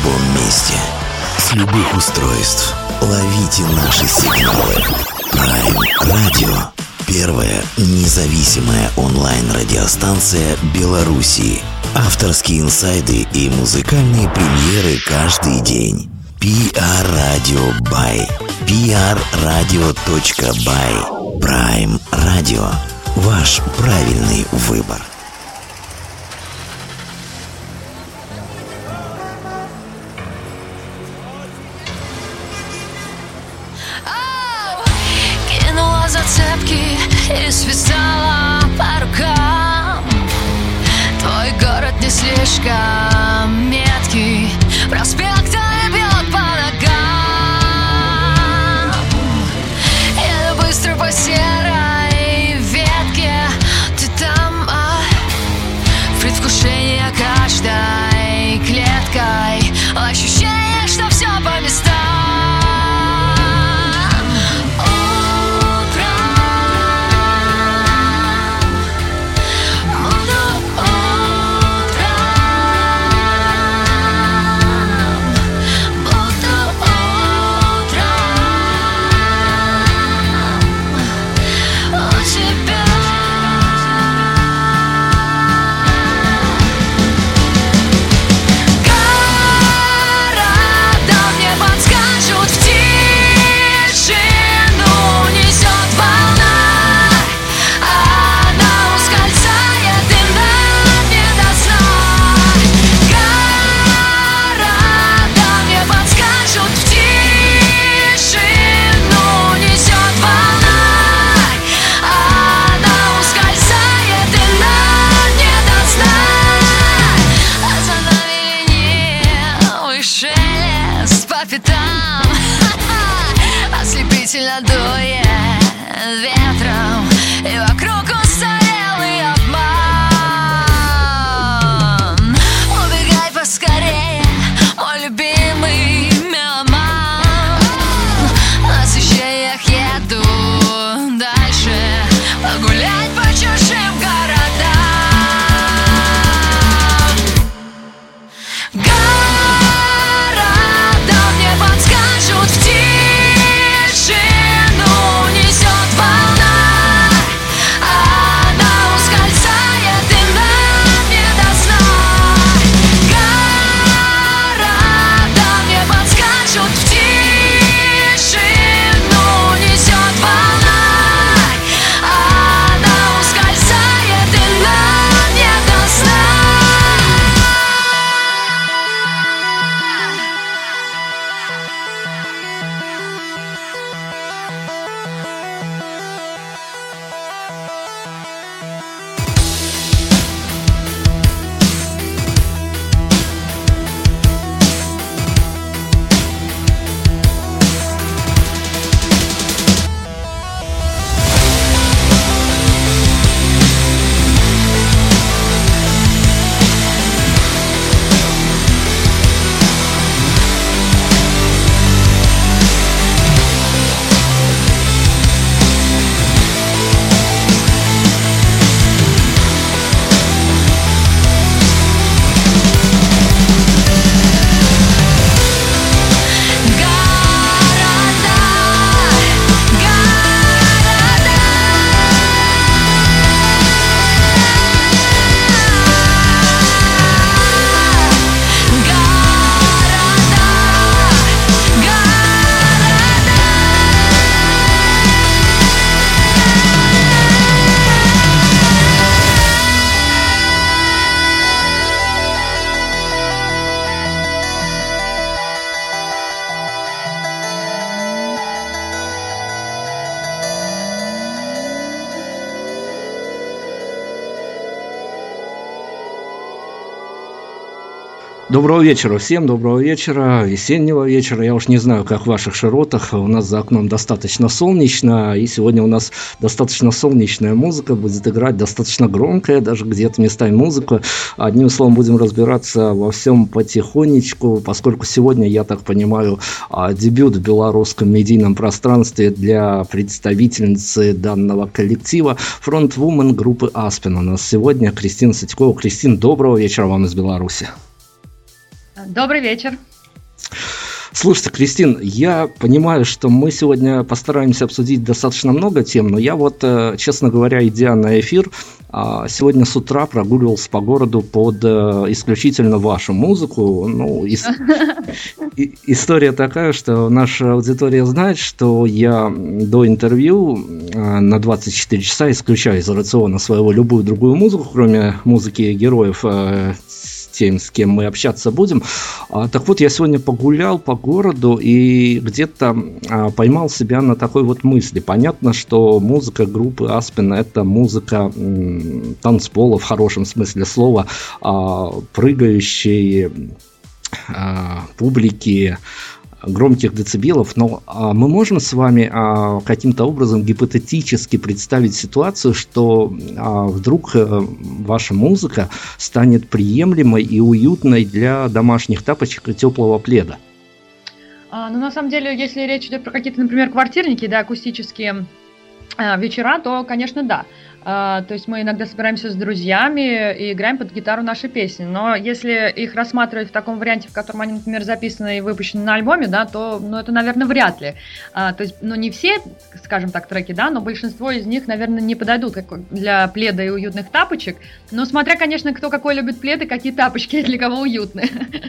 любом месте, с любых устройств. Ловите наши сигналы. Prime Radio. Первая независимая онлайн-радиостанция Беларуси. Авторские инсайды и музыкальные премьеры каждый день. PR Radio by prradio.by. Prime Radio. Ваш правильный выбор. Кинула зацепки и связала по рукам. Твой город не слишком меткий, проспекта бьет по ногам. Еду быстро по серой ветке. Ты там, в предвкушении каждой клеткой. Ощущение, что все по местам. Ослепительно дует ветром, и вокруг устарелый обман. Убегай поскорее, мой любимый меломан. На ощущениях еду дальше, погулять по чужим городам. Города мне подскажут в тишину, несет волна. Она ускользает, и нам не до сна. Города мне подскажут в тишину, несет волна. Она ускользает, и нам не до сна. Доброго вечера всем, доброго вечера, весеннего вечера. Я уж не знаю, как в ваших широтах. У нас за окном достаточно солнечно, и сегодня у нас достаточно солнечная музыка будет играть, достаточно громкая, даже где-то местами музыка. Одним словом, будем разбираться во всем потихонечку, поскольку сегодня, я так понимаю, дебют в белорусском медийном пространстве для представительницы данного коллектива, фронтвумен группы Аспен. У нас сегодня Кристина Садькова. Кристин, доброго вечера вам из Беларуси. Добрый вечер. Слушайте, Кристин, я понимаю, что мы сегодня постараемся обсудить достаточно много тем, но я вот, честно говоря, идя на эфир, сегодня с утра прогуливался по городу под исключительно вашу музыку. Ну, история такая, что наша аудитория знает, что я до интервью на 24 часа исключаю из рациона своего любую другую музыку, кроме музыки героев, тем, с кем мы общаться будем. Так вот, я сегодня погулял по городу и где-то поймал себя на такой вот мысли. Понятно, что музыка группы Aspen — это музыка танцпола в хорошем смысле слова, прыгающей публики, громких децибелов, но мы можем с вами каким-то образом гипотетически представить ситуацию, что вдруг ваша музыка станет приемлемой и уютной для домашних тапочек и теплого пледа? Ну, на самом деле, если речь идет про какие-то, например, квартирники, да, акустические вечера, то, конечно, да. То есть мы иногда собираемся с друзьями и играем под гитару наши песни. Но если их рассматривать в таком варианте, в котором они, например, записаны и выпущены на альбоме, да, то, это, наверное, вряд ли. То есть, не все, скажем так, треки, да, но большинство из них, наверное, не подойдут для пледа и уютных тапочек. Но смотря, конечно, кто какой любит плед и какие тапочки для кого уютные.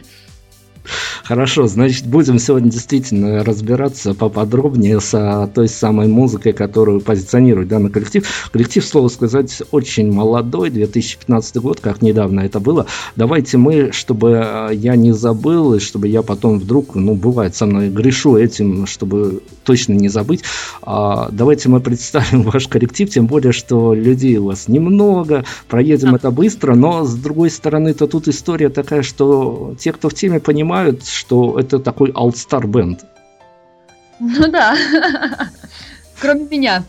Хорошо, значит, будем сегодня действительно разбираться поподробнее с той самой музыкой, которую позиционирует данный коллектив. Коллектив, слово сказать, очень молодой, 2015 год, как недавно это было. Давайте мы, чтобы я не забыл, и чтобы я потом вдруг, бывает со мной, грешу этим, чтобы точно не забыть, давайте мы представим ваш коллектив, тем более, что людей у вас немного, проедем это быстро, но с другой стороны-то тут история такая, что те, кто в теме, понимают, что это такой all-star бенд. Ну да, кроме меня.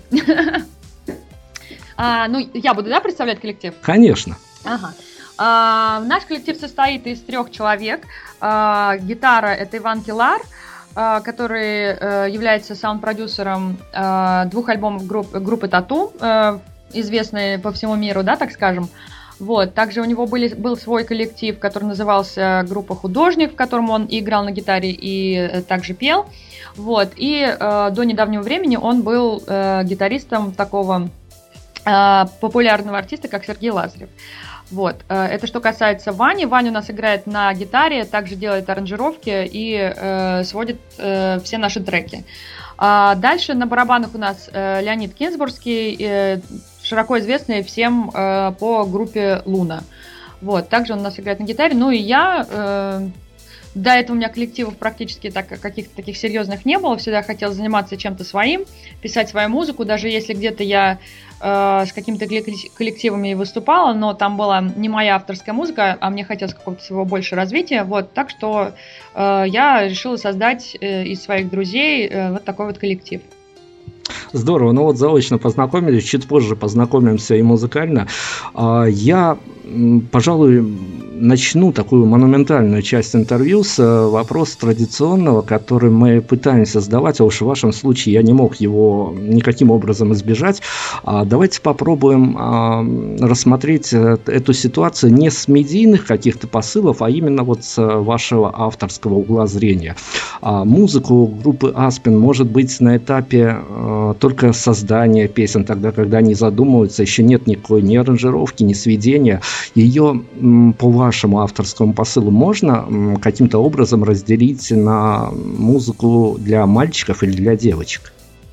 Я буду, представлять коллектив? Конечно. Ага. Наш коллектив состоит из 3 человек. Гитара — это Иван Килар, который является саунд-продюсером 2 альбомов группы Тату, известные по всему миру, да, так скажем. Вот. Также у него был свой коллектив, который назывался группа «Художник», в котором он и играл на гитаре, и также пел. Вот. И до недавнего времени он был гитаристом такого популярного артиста, как Сергей Лазарев. Вот. Это что касается Вани. Ваня у нас играет на гитаре, также делает аранжировки и сводит все наши треки. Дальше на барабанах у нас Леонид Кинзбургский, широко известный всем по группе «Луна». Вот. Также он у нас играет на гитаре. Ну и я... До этого у меня коллективов практически каких-то таких серьезных не было. Всегда хотела заниматься чем-то своим, писать свою музыку. Даже если где-то я с какими-то коллективами выступала, но там была не моя авторская музыка, а мне хотелось какого-то своего больше развития. Вот. Так что я решила создать из своих друзей вот такой вот коллектив. Здорово, заочно познакомились, чуть позже познакомимся и музыкально. Я, пожалуй, начну такую монументальную часть интервью с вопроса традиционного, который мы пытаемся задавать, а уж в вашем случае я не мог его никаким образом избежать. Давайте попробуем рассмотреть эту ситуацию не с медийных каких-то посылов, а именно вот с вашего авторского угла зрения. Музыку группы Aspen может быть на этапе только создания песен, тогда, когда они задумываются, еще нет никакой ни аранжировки, ни сведения. Ее по вашему авторскому посылу можно каким-то образом разделить на музыку для мальчиков или для девочек?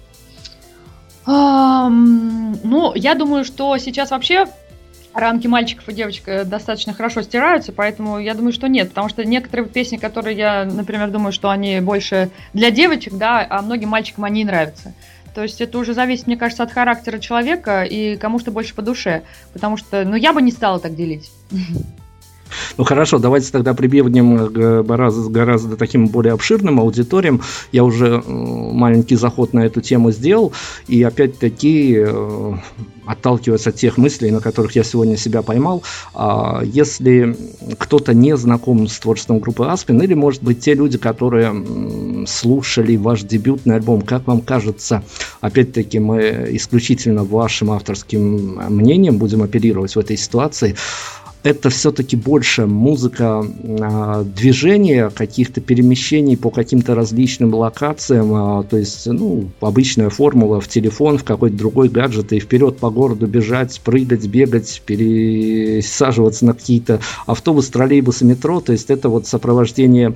Я думаю, что сейчас вообще рамки мальчиков и девочек достаточно хорошо стираются, поэтому я думаю, что нет, потому что некоторые песни, которые я, например, думаю, что они больше для девочек, да, а многим мальчикам они и нравятся. То есть это уже зависит, мне кажется, от характера человека и кому что больше по душе, потому что, я бы не стала так делить. Хорошо, давайте тогда прибегнем к гораздо таким более обширным аудиториям. Я уже маленький заход на эту тему сделал, и опять-таки, отталкиваясь от тех мыслей, на которых я сегодня себя поймал, если кто-то не знаком с творчеством группы Aspen, или, может быть, те люди, которые слушали ваш дебютный альбом, как вам кажется, опять-таки мы исключительно вашим авторским мнением будем оперировать в этой ситуации, это все-таки больше музыка движения, каких-то перемещений по каким-то различным локациям, то есть, обычная формула в телефон, в какой-то другой гаджет, и вперед по городу бежать, прыгать, бегать, пересаживаться на какие-то автобусы, троллейбусы, метро, то есть это вот сопровождение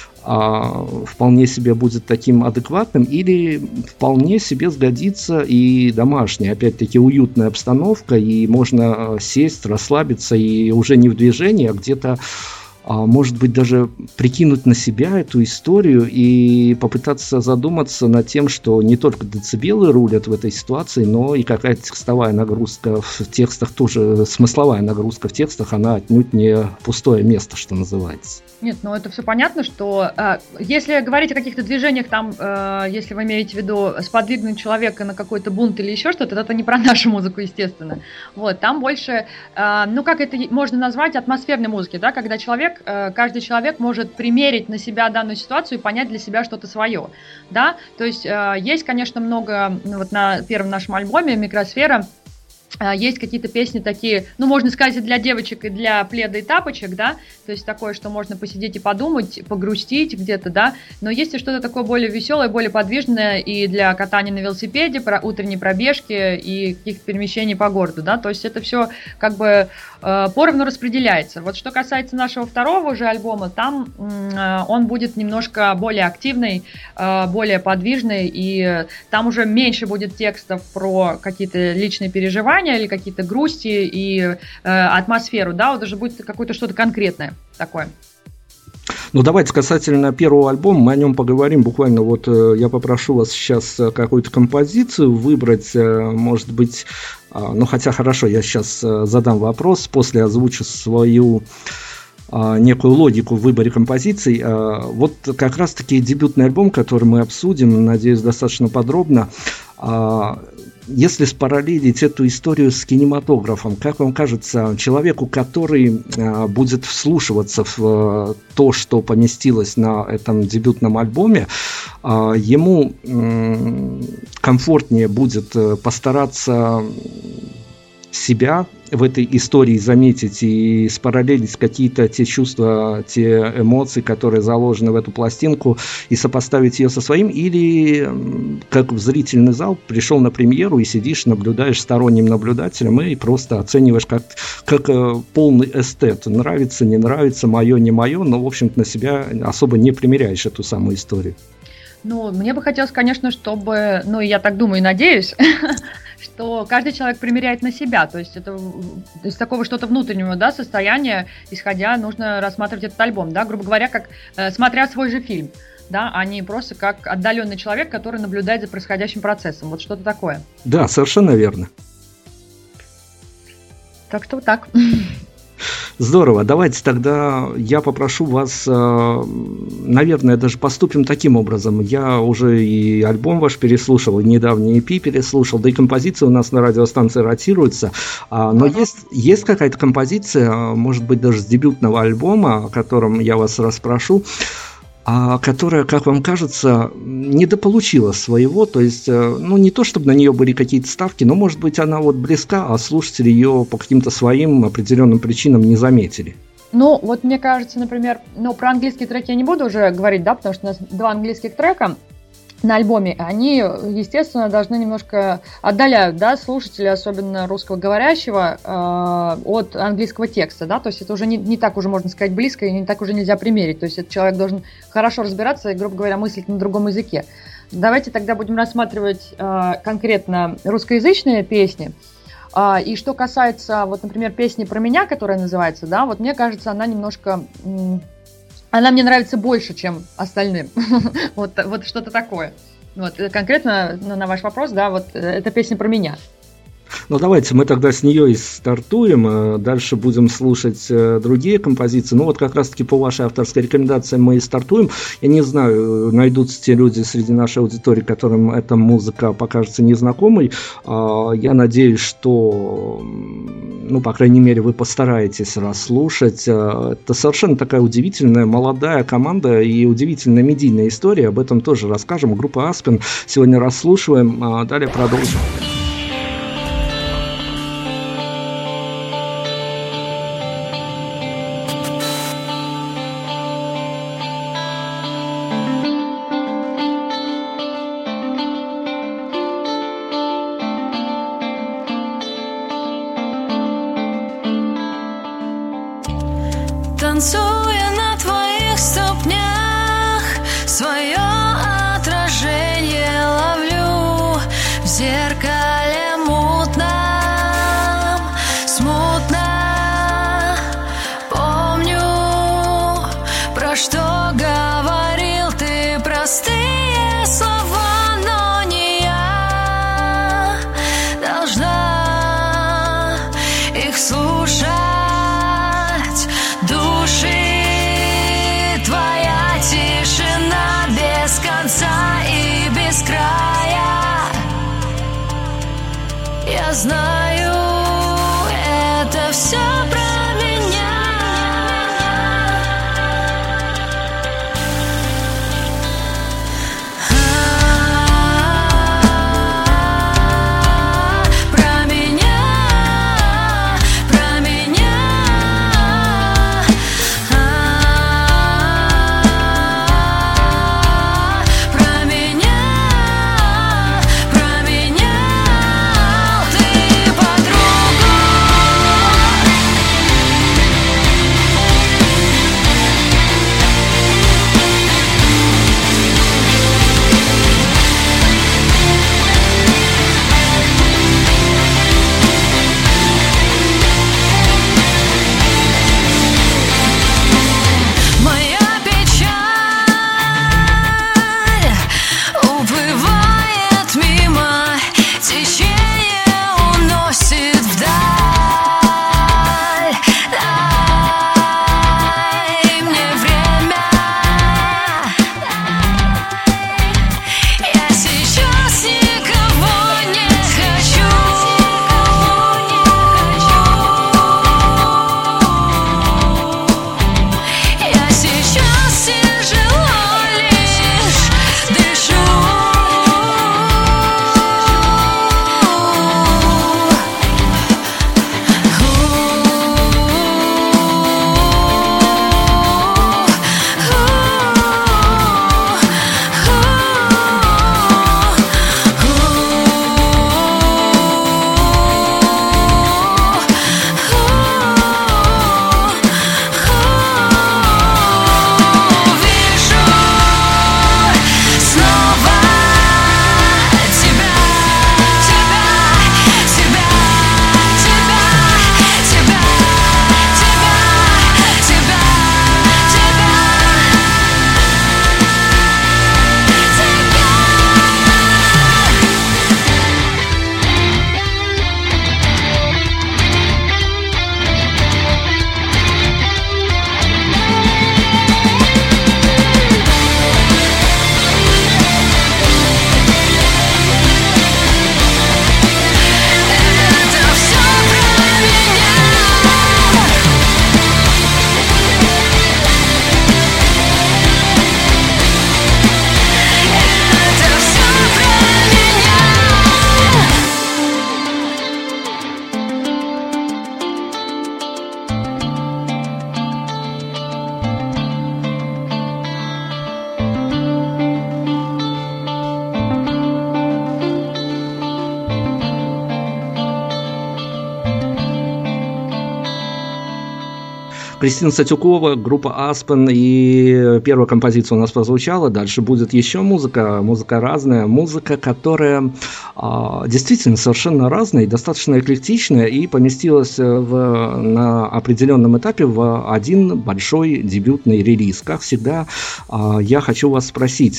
вполне себе будет таким адекватным, или вполне себе сгодится и домашняя, опять-таки уютная обстановка, и можно сесть, расслабиться, и уже не в движении, а где-то, может быть, даже прикинуть на себя эту историю и попытаться задуматься над тем, что не только децибелы рулят в этой ситуации, но и какая-то текстовая нагрузка в текстах, тоже смысловая нагрузка в текстах, она отнюдь не пустое место, что называется. Нет, это все понятно, что если говорить о каких-то движениях, там, если вы имеете в виду сподвигнуть человека на какой-то бунт или еще что-то, это не про нашу музыку, естественно. Вот, там больше, как это можно назвать, атмосферной музыки, да, когда каждый человек может примерить на себя данную ситуацию и понять для себя что-то свое, да, то есть есть, конечно, много, вот на первом нашем альбоме «Микросфера», есть какие-то песни такие, можно сказать, и для девочек, и для пледа и тапочек, да, то есть такое, что можно посидеть и подумать, погрустить где-то, да, но есть и что-то такое более веселое, более подвижное и для катания на велосипеде, про утренней пробежки и каких-то перемещений по городу, да, то есть это все как бы поровну распределяется. Вот что касается нашего второго уже альбома, там он будет немножко более активный, более подвижный, и там уже меньше будет текстов про какие-то личные переживания или какие-то грусти и атмосферу, да, вот уже будет какое-то что-то конкретное такое. Давайте касательно первого альбома, мы о нем поговорим буквально. Вот я попрошу вас сейчас какую-то композицию выбрать, может быть, хотя хорошо, я сейчас задам вопрос, после озвучу свою некую логику в выборе композиций. Вот как раз-таки дебютный альбом, который мы обсудим, надеюсь, достаточно подробно. Если спараллелить эту историю с кинематографом, как вам кажется, человеку, который будет вслушиваться в то, что поместилось на этом дебютном альбоме, ему комфортнее будет постараться себя в этой истории заметить и спараллелить какие-то те чувства, те эмоции, которые заложены в эту пластинку, и сопоставить ее со своим, или как в зрительный зал пришел на премьеру и сидишь, наблюдаешь сторонним наблюдателем и просто оцениваешь как полный эстет. Нравится, не нравится, мое, не мое, но, в общем-то, на себя особо не примеряешь эту самую историю. Мне бы хотелось, конечно, чтобы, я так думаю и надеюсь, что каждый человек примеряет на себя, то есть это из такого что-то внутреннего, да, состояния, исходя, нужно рассматривать этот альбом, да, грубо говоря, как смотря свой же фильм, да, а не просто как отдаленный человек, который наблюдает за происходящим процессом, вот что-то такое. Да, совершенно верно. Так что так. Здорово, давайте тогда я попрошу вас, наверное, даже поступим таким образом. Я уже и альбом ваш переслушал, и недавний EP переслушал, да и композиции у нас на радиостанции ротируются. Но есть какая-то композиция, может быть, даже с дебютного альбома, о котором я вас расспрошу, которая, как вам кажется, недополучила своего, то есть, не то, чтобы на нее были какие-то ставки, но, может быть, она вот близка, а слушатели ее по каким-то своим определенным причинам не заметили. Вот мне кажется, например, про английские треки я не буду уже говорить, да, потому что у нас 2 английских трека на альбоме, они, естественно, должны немножко отдаляют, да, слушателя, особенно русскоговорящего, от английского текста, да, то есть это уже не так уже можно сказать близко и не так уже нельзя примерить, то есть этот человек должен хорошо разбираться и, грубо говоря, мыслить на другом языке. Давайте тогда будем рассматривать конкретно русскоязычные песни. И что касается, вот, например, песни про меня, которая называется, да, вот мне кажется, она немножко... Она мне нравится больше, чем остальным. вот что-то такое. Вот, конкретно на ваш вопрос, да, вот эта песня про меня. Давайте мы тогда с нее и стартуем. Дальше будем слушать другие композиции. Вот как раз-таки по вашей авторской рекомендации мы и стартуем. Я не знаю, найдутся те люди среди нашей аудитории, которым эта музыка покажется незнакомой. Я надеюсь, что, по крайней мере, вы постараетесь расслушать. Это совершенно такая удивительная молодая команда и удивительная медийная история. Об этом тоже расскажем. Группа Aspen сегодня расслушиваем. Далее продолжим. танцуя на твоих ступнях, свое отражение ловлю в зеркале мутном, смутно помню, про что говорил ты, простые слова, но не я должна их слушать. Твоя тишина без конца и без края. Я знаю, это все про меня. Про меня, про меня. Кристина Сатюкова, группа Aspen, и первая композиция у нас прозвучала. Дальше будет еще музыка разная, музыка, которая действительно совершенно разная и достаточно эклектичная, и поместилась на определенном этапе в один большой дебютный релиз. Как всегда, я хочу вас спросить,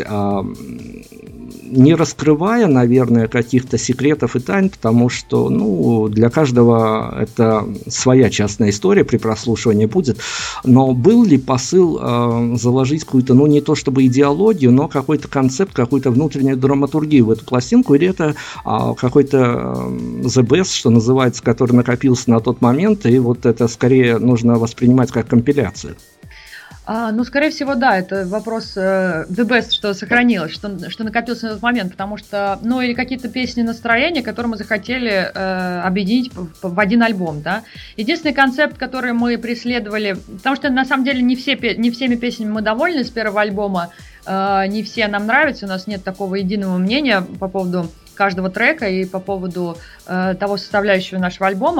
не раскрывая, наверное, каких-то секретов и тайн, потому что, для каждого это своя частная история при прослушивании будет, но был ли посыл заложить какую-то, не то чтобы идеологию, но какой-то концепт, какую-то внутреннюю драматургию в эту пластинку, или это какой-то the best, что называется, который накопился на тот момент, и вот это скорее нужно воспринимать как компиляцию? Скорее всего, да, это вопрос the best, что сохранилось, что накопился на тот момент, потому что, или какие-то песни настроения, которые мы захотели объединить в один альбом, да. Единственный концепт, который мы преследовали, потому что, на самом деле, не всеми песнями мы довольны с первого альбома, не все нам нравятся, у нас нет такого единого мнения по поводу каждого трека и по поводу того составляющего нашего альбома.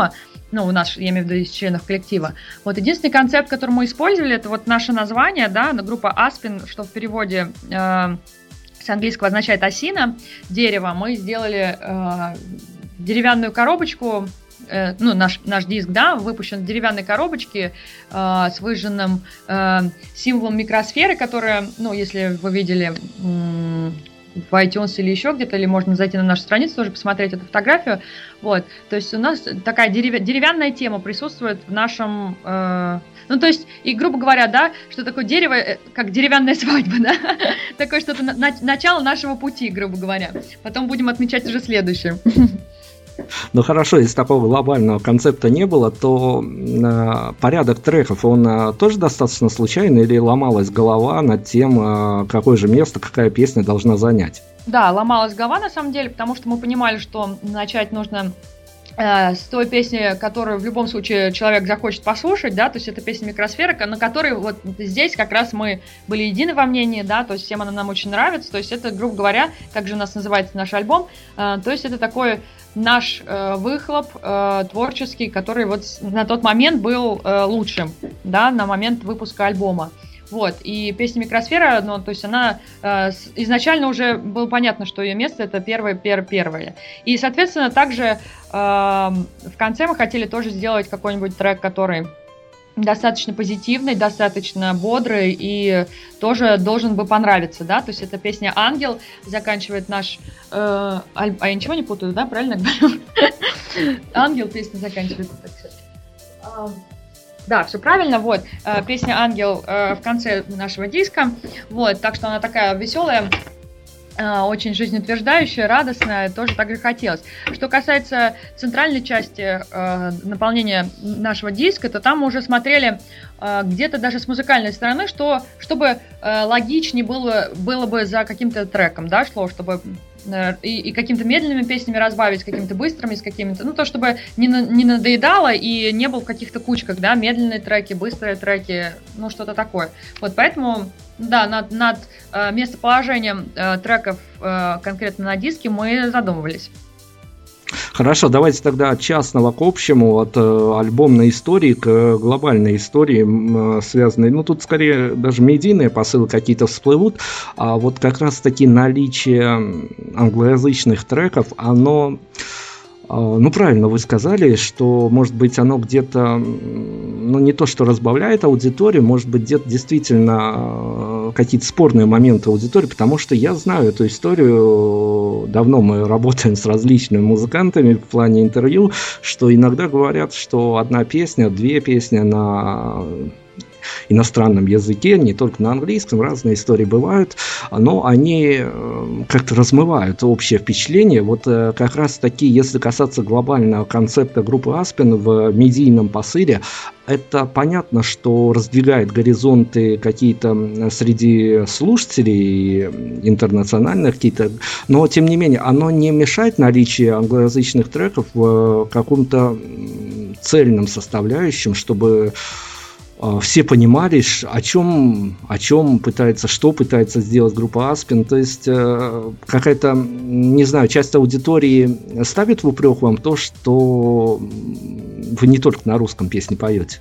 Ну, у нас, я имею в виду, из членов коллектива. Вот единственный концепт, который мы использовали, это вот наше название, да, группа Aspen, что в переводе с английского означает осина, дерево. Мы сделали деревянную коробочку, ну, наш диск, да, выпущен в деревянной коробочке с выжженным символом микросферы, которая, ну, если вы видели в iTunes или еще где-то, или можно зайти на нашу страницу тоже посмотреть эту фотографию. Вот, то есть у нас такая деревянная тема присутствует в нашем... ну, то есть, и, грубо говоря, да, что такое дерево, как деревянная свадьба, да, такое что-то начало нашего пути, грубо говоря. Потом будем отмечать уже следующее. Ну хорошо, если такого глобального концепта не было, то порядок треков, он тоже достаточно случайный или ломалась голова над тем, какое же место, какая песня должна занять? Да, ломалась голова на самом деле, потому что мы понимали, что начать нужно с той песни, которую в любом случае человек захочет послушать, да, то есть это песня «Микросфера», на которой вот здесь как раз мы были едины во мнении, да, то есть всем она нам очень нравится, то есть это, грубо говоря, как же у нас называется наш альбом, то есть это такой наш выхлоп творческий, который вот на тот момент был лучшим, да, на момент выпуска альбома. Вот, и песня «Микросфера», ну, то есть она изначально уже было понятно, что ее место это первое. И, соответственно, также в конце мы хотели тоже сделать какой-нибудь трек, который достаточно позитивный, достаточно бодрый и тоже должен бы понравиться, да, то есть это песня «Ангел», заканчивает наш... А я ничего не путаю, да, правильно говорю? «Ангел» песня заканчивается. Да, все правильно, вот, песня «Ангел» в конце нашего диска, вот, так что она такая веселая, очень жизнеутверждающая, радостная, тоже так же хотелось. Что касается центральной части наполнения нашего диска, то там мы уже смотрели где-то даже с музыкальной стороны, чтобы логичнее было бы за каким-то треком, да, шло, чтобы и какими-то медленными песнями разбавить, какими-то быстрыми, с какими-то, ну, то, чтобы не надоедало и не был в каких-то кучках, да, медленные треки, быстрые треки, ну, что-то такое. Вот, поэтому, да, над местоположением треков конкретно на диске мы задумывались. Хорошо, давайте тогда от частного к общему, от альбомной истории к глобальной истории, связанной, ну тут скорее даже медийные посылы какие-то всплывут, а вот как раз таки наличие англоязычных треков, оно... Ну, правильно вы сказали, что, может быть, оно где-то, ну, не то, что разбавляет аудиторию, может быть, где-то действительно какие-то спорные моменты аудитории, потому что я знаю эту историю, давно мы работаем с различными музыкантами в плане интервью, что иногда говорят, что одна песня, две песни на иностранном языке, не только на английском, разные истории бывают, но они как-то размывают общее впечатление. Вот как раз таки, если касаться глобального концепта группы Aspen в медийном посыле, это понятно, что раздвигает горизонты какие-то среди слушателей интернациональных какие-то, но тем не менее оно не мешает наличию англоязычных треков в каком-то цельном составляющем, чтобы все понимали, о чем пытается, что пытается сделать группа Aspen. То есть какая-то, не знаю, часть аудитории ставит в упрек вам то, что вы не только на русском песни поете.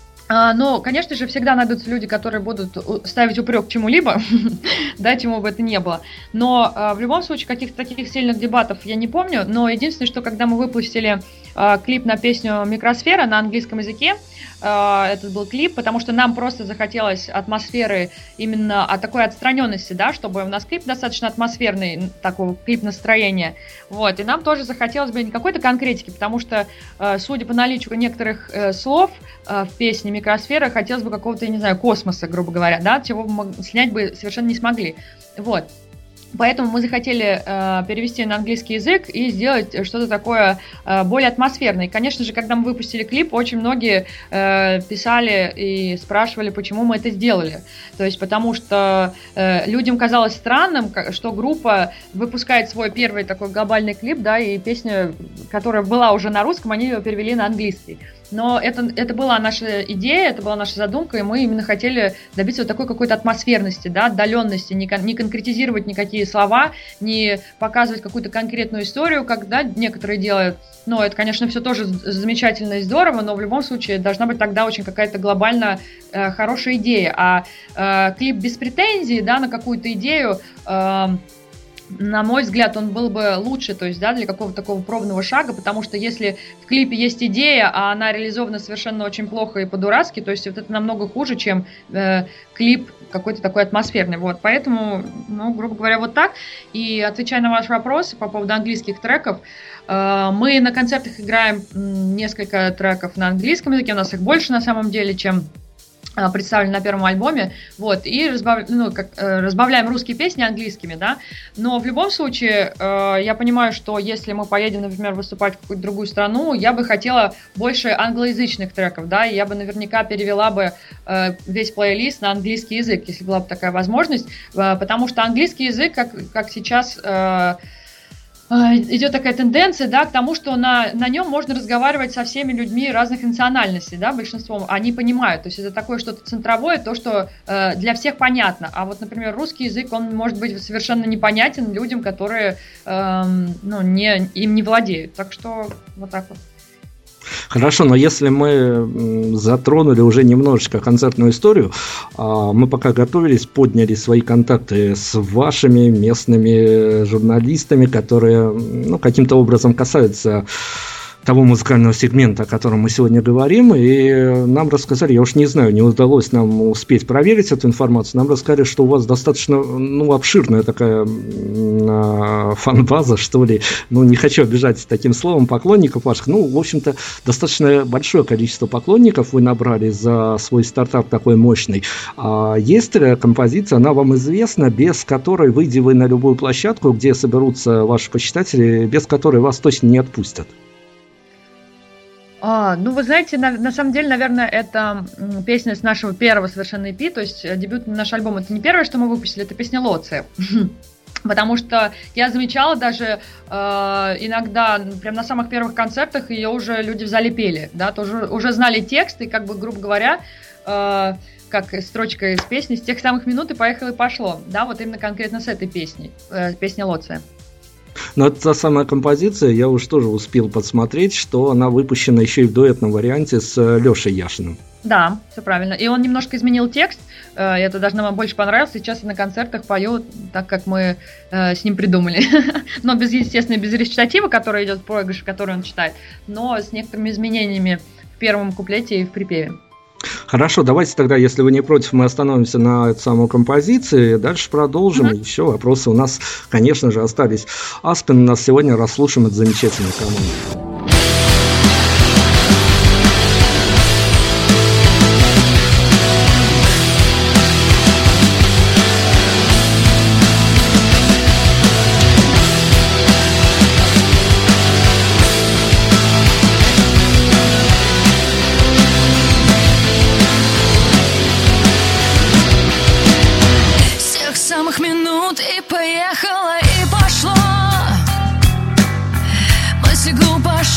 Но, конечно же, всегда найдутся люди, которые будут ставить упрек чему-либо, да, чему бы это ни было. Но в любом случае каких-то таких сильных дебатов я не помню. Но единственное, что когда мы выпустили клип на песню «Микросфера» на английском языке, этот был клип, потому что нам просто захотелось атмосферы именно от такой отстраненности, да, чтобы у нас клип достаточно атмосферный, такого клип настроения, вот, и нам тоже захотелось бы не какой-то конкретики, потому что, судя по наличию некоторых слов в песне «Микросфера», хотелось бы какого-то, я не знаю, космоса, грубо говоря, да, чего мы снять бы совершенно не смогли, вот. Поэтому мы захотели перевести на английский язык и сделать что-то такое более атмосферное. И, конечно же, когда мы выпустили клип, очень многие писали и спрашивали, почему мы это сделали. То есть, потому что людям казалось странным, что группа выпускает свой первый такой глобальный клип, да, и песню, которая была уже на русском, они ее перевели на английский. но это была наша идея, это была наша задумка, и мы именно хотели добиться вот такой какой-то атмосферности, да, отдаленности, не конкретизировать никакие слова, не показывать какую-то конкретную историю, как, да, некоторые делают. Но это, конечно, все тоже замечательно и здорово, но в любом случае должна быть тогда очень какая-то глобально хорошая идея. А клип без претензий, да, на какую-то идею, на мой взгляд, он был бы лучше, то есть, да, для какого-то такого пробного шага, потому что если в клипе есть идея, а она реализована совершенно очень плохо и по-дурацки, то есть вот это намного хуже, чем клип какой-то такой атмосферный. Вот, поэтому, ну, грубо говоря, вот так. И отвечая на ваш вопрос по поводу английских треков, мы на концертах играем несколько треков на английском языке, у нас их больше на самом деле, чем представлены на первом альбоме, вот, и разбавляем русские песни английскими, да, но в любом случае я понимаю, что если мы поедем, например, выступать в какую-то другую страну, я бы хотела больше англоязычных треков, да, и я бы наверняка перевела бы весь плейлист на английский язык, если была бы такая возможность, потому что английский язык, как сейчас идет такая тенденция, да, к тому, что на нем можно разговаривать со всеми людьми разных национальностей, да, большинством, они понимают, то есть это такое что-то центровое, то, что для всех понятно, а вот, например, русский язык, он может быть совершенно непонятен людям, которые, им не владеют, так что вот так вот. Хорошо, но если мы затронули уже немножечко концертную историю, мы пока готовились, подняли свои контакты с вашими местными журналистами, которые, ну, каким-то образом касаются того музыкального сегмента, о котором мы сегодня говорим, и нам рассказали, я уж не знаю, не удалось нам успеть проверить эту информацию, нам рассказали, что у вас достаточно, обширная такая фан-база, что ли, не хочу обижать таким словом поклонников ваших, в общем-то, достаточно большое количество поклонников вы набрали за свой стартап такой мощный. Есть композиция, она вам известна, без которой, выйдя вы на любую площадку, где соберутся ваши почитатели, без которой вас точно не отпустят? Вы знаете, на самом деле, наверное, это песня с нашего первого совершенно EP, то есть дебютный наш альбом, это не первое, что мы выпустили, это песня «Лоция». Потому что я замечала даже иногда, прям на самых первых концертах, ее уже люди в зале пели, да, тоже уже знали текст, и как бы, грубо говоря, как строчка из песни, с тех самых минут и поехало и пошло, да, вот именно конкретно с этой песней, песня «Лоция». Но это та самая композиция, я уж тоже успел подсмотреть, что она выпущена еще и в дуэтном варианте с Лешей Яшиным. Да, все правильно. И он немножко изменил текст, это даже нам больше понравилось. Сейчас я на концертах пою так, как мы с ним придумали. Но естественно, без речитатива, который идет в проигрыше, который он читает, но с некоторыми изменениями в первом куплете и в припеве. Хорошо, давайте тогда, если вы не против, мы остановимся на этой самой композиции, дальше продолжим. Еще вопросы у нас, конечно же, остались. Аспен нас сегодня расслушаем, это замечательная команда. Глупо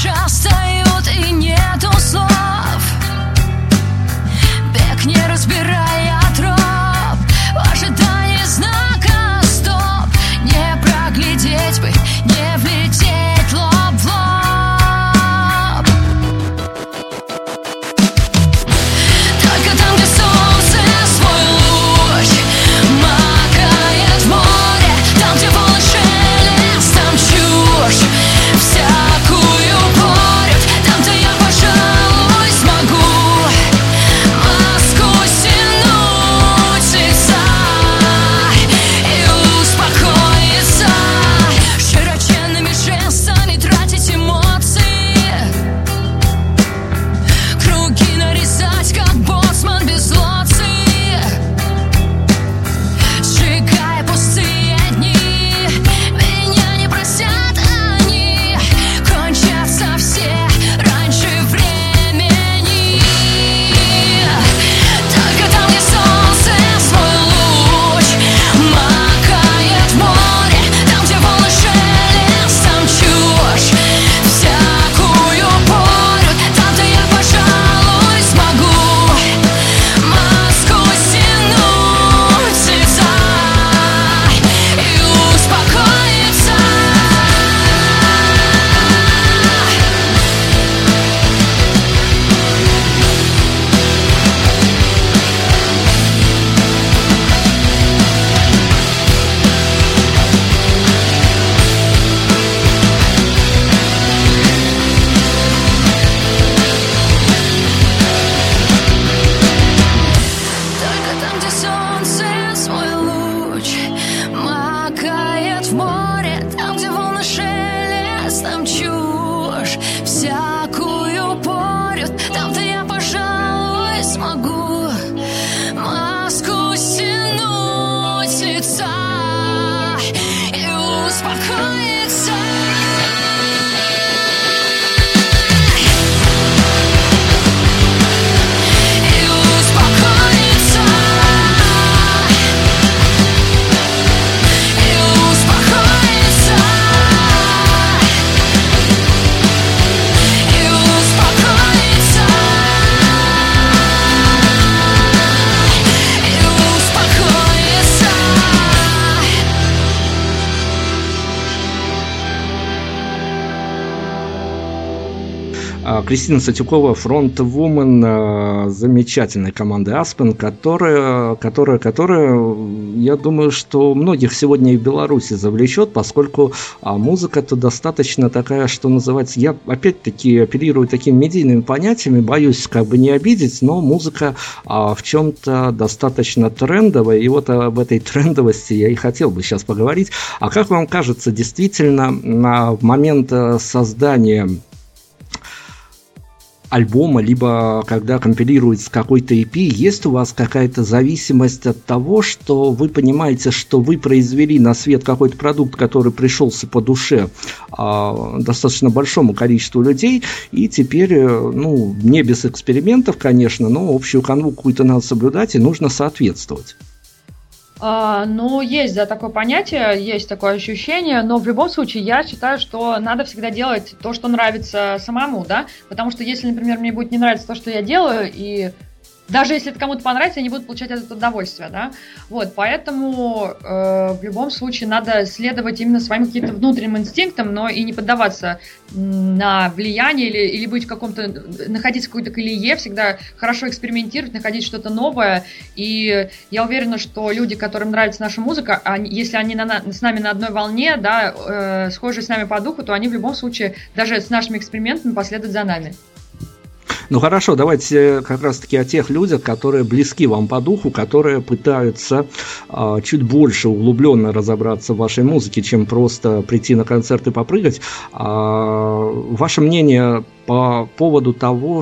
где солнце свой луч макает в море, там, где волны шелестом чушь всякую порют, там-то я, пожалуй, смогу маску стянуть с лица и успокоиться. Кристина Сатюкова, фронт-вумен замечательной команды Aspen, которая, я думаю, что многих сегодня и в Беларуси завлечет, поскольку музыка-то достаточно такая, что называется, я опять-таки оперирую такими медийными понятиями, боюсь как бы не обидеть, но музыка в чем-то достаточно трендовая, и вот об этой трендовости я и хотел бы сейчас поговорить. А как вам кажется, действительно, в момент создания альбома, либо когда компилируется какой-то EP, есть у вас какая-то зависимость от того, что вы понимаете, что вы произвели на свет какой-то продукт, который пришелся по душе достаточно большому количеству людей, и теперь, ну, не без экспериментов, конечно, но общую канву какую-то надо соблюдать и нужно соответствовать. Ну, есть, да, такое понятие, есть такое ощущение, но в любом случае я считаю, что надо всегда делать то, что нравится самому, да, потому что если, например, мне будет не нравиться то, что я делаю, и даже если это кому-то понравится, я не буду получать от этого удовольствия, да, вот, поэтому в любом случае надо следовать именно своим каким-то внутренним инстинктам, но и не поддаваться на влияние или быть в каком-то, находиться в какой-то колее, всегда хорошо экспериментировать, находить что-то новое, и я уверена, что люди, которым нравится наша музыка, если они с нами на одной волне, да, схожи с нами по духу, то они в любом случае даже с нашими экспериментами последуют за нами. Ну хорошо, давайте как раз-таки о тех людях, которые близки вам по духу, которые пытаются чуть больше углубленно разобраться в вашей музыке, чем просто прийти на концерт и попрыгать. Ваше мнение по поводу того,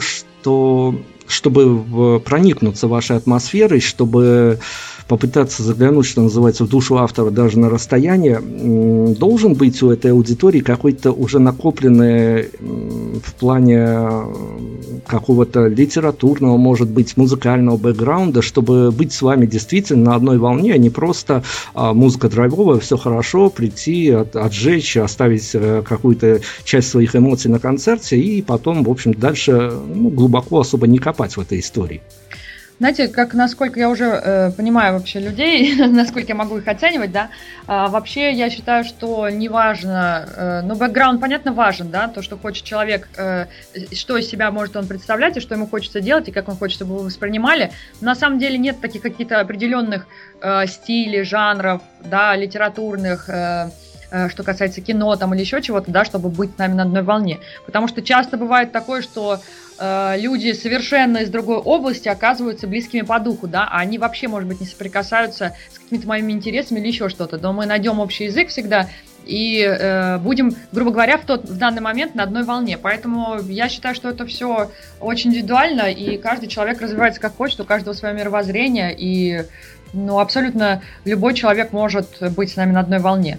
чтобы проникнуться вашей атмосферой, чтобы попытаться заглянуть, что называется, в душу автора даже на расстояние, должен быть у этой аудитории какой-то уже накопленный в плане какого-то литературного, может быть, музыкального бэкграунда, чтобы быть с вами действительно на одной волне, а не просто музыка драйвовая, все хорошо, прийти, отжечь, оставить какую-то часть своих эмоций на концерте и потом, в общем, дальше глубоко особо не копать в этой истории. Знаете, насколько я уже понимаю вообще людей, насколько я могу их оценивать, да, вообще я считаю, что неважно, бэкграунд, понятно, важен, да, то, что хочет человек, что из себя может он представлять, и что ему хочется делать, и как он хочет, чтобы его воспринимали. Но на самом деле нет таких каких-то определенных стилей, жанров, да, литературных, что касается кино там или еще чего-то, да, чтобы быть с нами на одной волне. Потому что часто бывает такое, что люди совершенно из другой области оказываются близкими по духу, да, а они вообще, может быть, не соприкасаются с какими-то моими интересами или еще что-то, но мы найдем общий язык всегда и будем, грубо говоря, в данный момент на одной волне. Поэтому я считаю, что это все очень индивидуально, и каждый человек развивается как хочет, у каждого свое мировоззрение, и абсолютно любой человек может быть с нами на одной волне.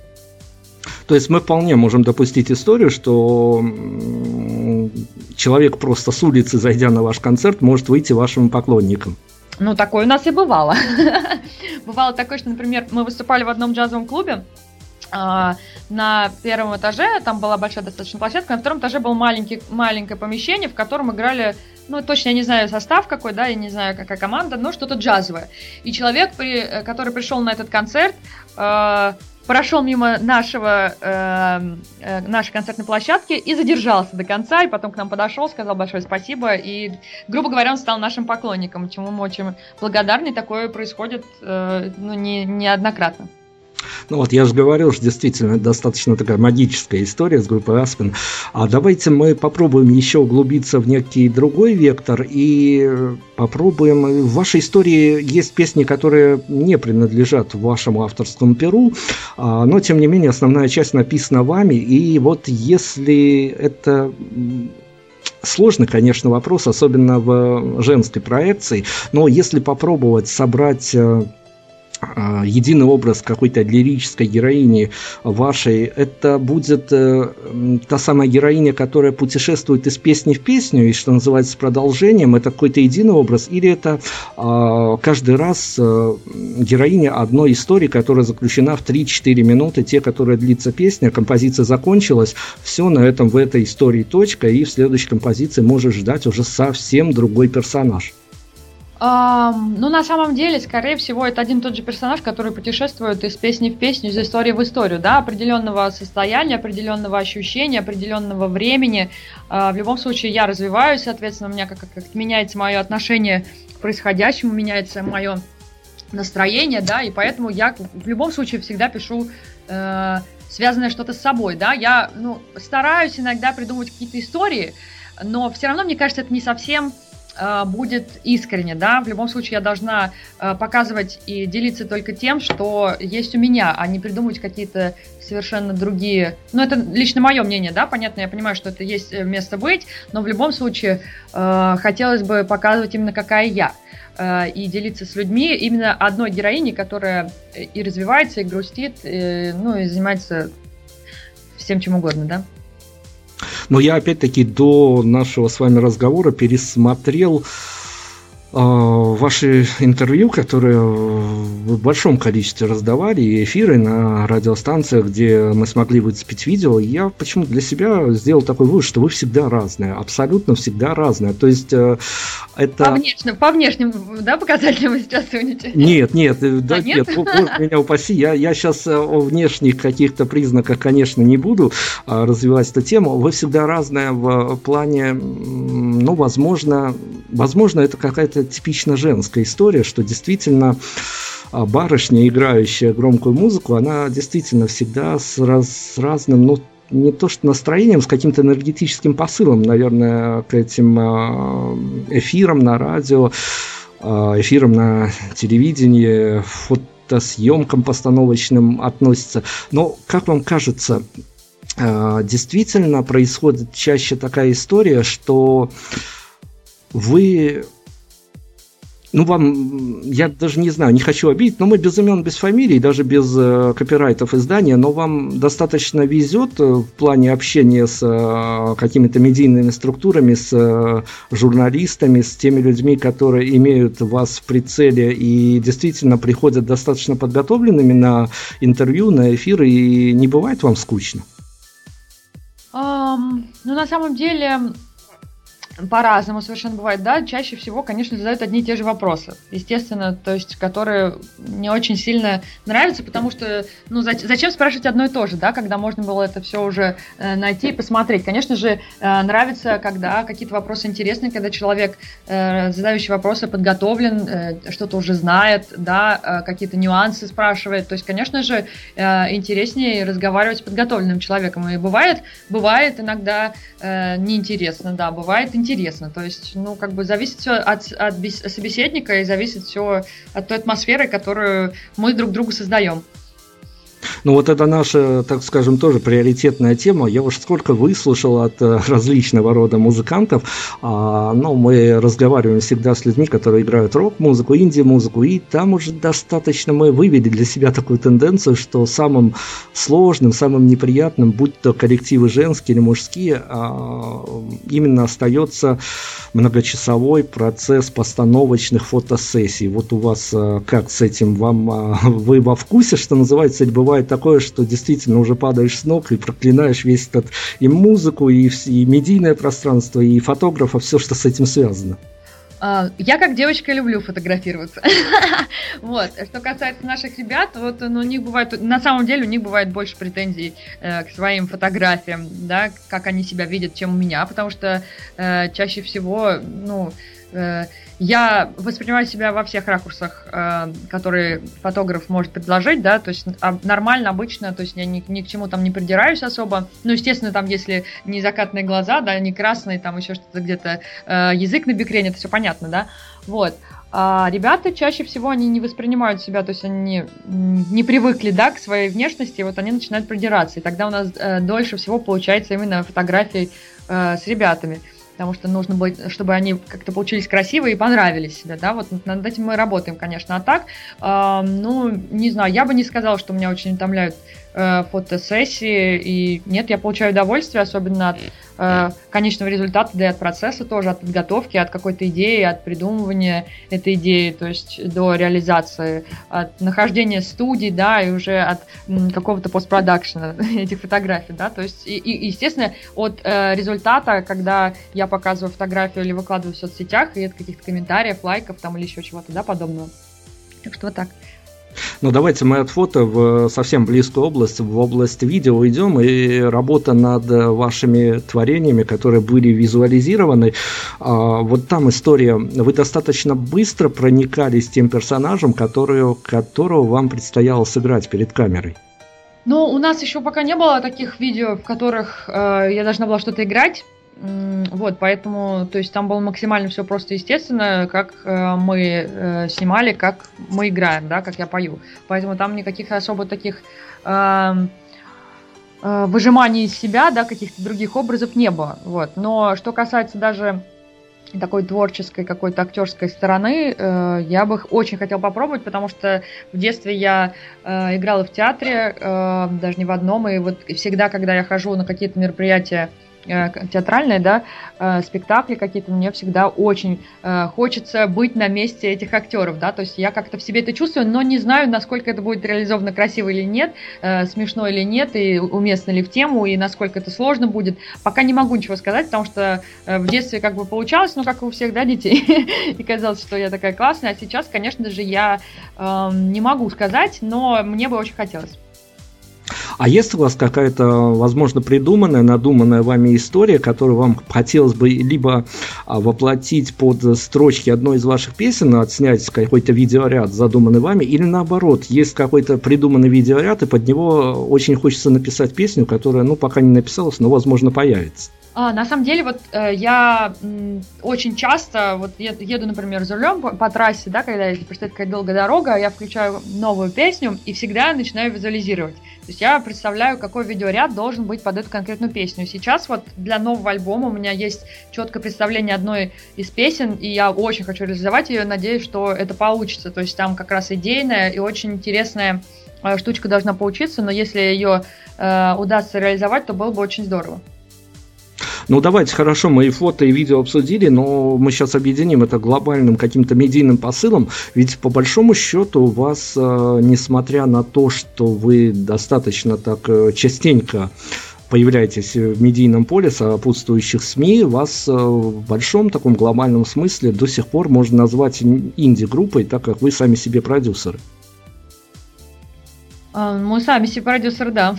То есть мы вполне можем допустить историю, что человек просто с улицы, зайдя на ваш концерт, может выйти вашим поклонником. Такое у нас и бывало. Бывало такое, что, например, мы выступали в одном джазовом клубе, на первом этаже, там была большая достаточно площадка, на втором этаже было маленькое помещение, в котором играли, точно я не знаю состав какой, да, я не знаю какая команда, но что-то джазовое. И человек, который пришел на этот концерт, прошел мимо нашей концертной площадки и задержался до конца, и потом к нам подошел, сказал большое спасибо, и, грубо говоря, он стал нашим поклонником, чему мы очень благодарны, и такое происходит неоднократно. Ну вот я же говорил, что действительно достаточно такая магическая история с группой Aspen. А давайте мы попробуем еще углубиться в некий другой вектор и попробуем. В вашей истории есть песни, которые не принадлежат вашему авторскому перу, но тем не менее основная часть написана вами. И вот если это... Сложный, конечно, вопрос, особенно в женской проекции, но если попробовать собрать единый образ какой-то лирической героини вашей, это будет та самая героиня, которая путешествует из песни в песню, и, что называется, с продолжением, это какой-то единый образ, или это каждый раз героиня одной истории, которая заключена в 3-4 минуты, те, которые длится песня, композиция закончилась, все на этом, в этой истории точка, и в следующей композиции можешь ждать уже совсем другой персонаж. Ну, на самом деле, скорее всего, это один и тот же персонаж, который путешествует из песни в песню, из истории в историю, да, определенного состояния, определенного ощущения, определенного времени. В любом случае, я развиваюсь, соответственно, у меня как меняется мое отношение к происходящему, меняется мое настроение, да, и поэтому я в любом случае всегда пишу связанное что-то с собой, да, я, стараюсь иногда придумывать какие-то истории, но все равно, мне кажется, это не совсем будет искренне, да, в любом случае я должна показывать и делиться только тем, что есть у меня, а не придумывать какие-то совершенно другие, это лично мое мнение, да, понятно, я понимаю, что это есть место быть, но в любом случае хотелось бы показывать именно какая я, и делиться с людьми именно одной героиней, которая и развивается, и грустит, и занимается всем чем угодно, да. Но я опять-таки до нашего с вами разговора пересмотрел ваши интервью, которые в большом количестве раздавали, и эфиры на радиостанциях, где мы смогли выцепить видео. Я почему-то для себя сделал такой вывод, что вы всегда разные, абсолютно всегда разные. То есть это... По внешним, да, показателям вы сейчас судите? Нет, меня упаси. Я сейчас о внешних каких-то признаках, конечно, не буду развивать эту тему. Вы всегда разные в плане, возможно, это какая-то типично женская история, что действительно барышня, играющая громкую музыку, она действительно всегда с разным, не то что настроением, с каким-то энергетическим посылом, наверное, к этим эфирам на радио, эфирам на телевидении, фотосъемкам постановочным относится. Но, как вам кажется, действительно происходит чаще такая история, что вы... я даже не знаю, не хочу обидеть, но мы без имен, без фамилий, даже без копирайтов издания, но вам достаточно везет в плане общения с какими-то медийными структурами, с журналистами, с теми людьми, которые имеют вас в прицеле и действительно приходят достаточно подготовленными на интервью, на эфиры, и не бывает вам скучно? На самом деле... По-разному совершенно бывает, да, чаще всего, конечно, задают одни и те же вопросы, естественно, то есть, которые не очень сильно нравятся, потому что, зачем спрашивать одно и то же, да, когда можно было это все уже найти и посмотреть. Конечно же, нравится, когда какие-то вопросы интересные, когда человек, задающий вопросы, подготовлен, что-то уже знает, да, какие-то нюансы спрашивает, то есть, конечно же, интереснее разговаривать с подготовленным человеком, и бывает иногда неинтересно, да, бывает интересно, то есть, зависит все от собеседника и зависит все от той атмосферы, которую мы друг другу создаем. Это наша, так скажем, тоже приоритетная тема. Я уж сколько выслушал от различного рода музыкантов, мы разговариваем всегда с людьми, которые играют рок-музыку, инди-музыку, и там уже достаточно мы вывели для себя такую тенденцию, что самым сложным, самым неприятным, будь то коллективы женские или мужские, именно остается многочасовой процесс постановочных фотосессий. Вот у вас как с этим? Вы во вкусе, что называется, или бывает такое, что действительно уже падаешь с ног и проклинаешь весь этот и музыку, и медийное пространство, и фотографа, все, что с этим связано? Я как девочка люблю фотографироваться. Вот. Что касается наших ребят, у них бывает, на самом деле у них бывает больше претензий к своим фотографиям, да, как они себя видят, чем у меня, потому что чаще всего, я воспринимаю себя во всех ракурсах, которые фотограф может предложить, да, то есть нормально, обычно, то есть я ни к чему там не придираюсь особо. Ну, естественно, там, если не закатные глаза, да, не красные, там еще что-то где-то, язык на бикрень, это все понятно, да, вот. А ребята чаще всего они не воспринимают себя, то есть они не привыкли, да, к своей внешности, вот они начинают придираться, и тогда у нас дольше всего получается именно фотографии с ребятами, потому что нужно будет, чтобы они как-то получились красивые и понравились себе, да, вот над этим мы работаем, конечно, а так, ну, не знаю, я бы не сказала, что меня очень утомляют фотосессии, и нет, я получаю удовольствие, особенно от конечного результата, да и от процесса тоже, от подготовки, от какой-то идеи, от придумывания этой идеи, то есть до реализации, от нахождения студий, да, и уже от какого-то постпродакшена этих фотографий, да, то есть, и естественно, от результата, когда я показываю фотографию или выкладываю в соцсетях, и от каких-то комментариев, лайков там или еще чего-то, да, подобного. Так что вот так. Ну, давайте мы от фото в совсем близкую область, в область видео уйдем, и работа над вашими творениями, которые были визуализированы. Вот там история. Вы достаточно быстро проникались тем персонажем, которого вам предстояло сыграть перед камерой. Ну, у нас еще пока не было таких видео, в которых я должна была что-то играть. Вот, поэтому, то есть там было максимально все просто естественно, как мы снимали, как мы играем, да, как я пою. Поэтому там никаких особо таких выжиманий из себя, да, каких-то других образов не было. Вот. Но что касается даже такой творческой, какой-то актерской стороны, я бы очень хотела попробовать, потому что в детстве я играла в театре, даже не в одном, и вот всегда, когда я хожу на какие-то мероприятия театральные, да, спектакли какие-то, мне всегда очень хочется быть на месте этих актеров, да, то есть я как-то в себе это чувствую, но не знаю, насколько это будет реализовано красиво или нет, смешно или нет, и уместно ли в тему, и насколько это сложно будет. Пока не могу ничего сказать, потому что в детстве как бы получалось, ну, как и у всех, да, детей, и казалось, что я такая классная, а сейчас, конечно же, я не могу сказать, но мне бы очень хотелось. А есть у вас какая-то, возможно, придуманная, надуманная вами история, которую вам хотелось бы либо воплотить под строчки одной из ваших песен, отснять какой-то видеоряд, задуманный вами, или наоборот, есть какой-то придуманный видеоряд, и под него очень хочется написать песню, которая, ну, пока не написалась, но, возможно, появится? На самом деле, вот я очень часто вот еду, например, за рулем по трассе, да, когда предстоит такая долгая дорога, я включаю новую песню и всегда начинаю визуализировать. То есть я представляю, какой видеоряд должен быть под эту конкретную песню. Сейчас вот для нового альбома у меня есть четкое представление одной из песен, и я очень хочу реализовать ее, надеюсь, что это получится. То есть там как раз идейная и очень интересная штучка должна получиться, но если ее удастся реализовать, то было бы очень здорово. Ну, давайте, хорошо, мы и фото, и видео обсудили, но мы сейчас объединим это глобальным каким-то медийным посылом, ведь по большому счету у вас, несмотря на то, что вы достаточно так частенько появляетесь в медийном поле сопутствующих СМИ, вас в большом таком глобальном смысле до сих пор можно назвать инди-группой, так как вы сами себе продюсеры. Мы сами себе продюсеры, да.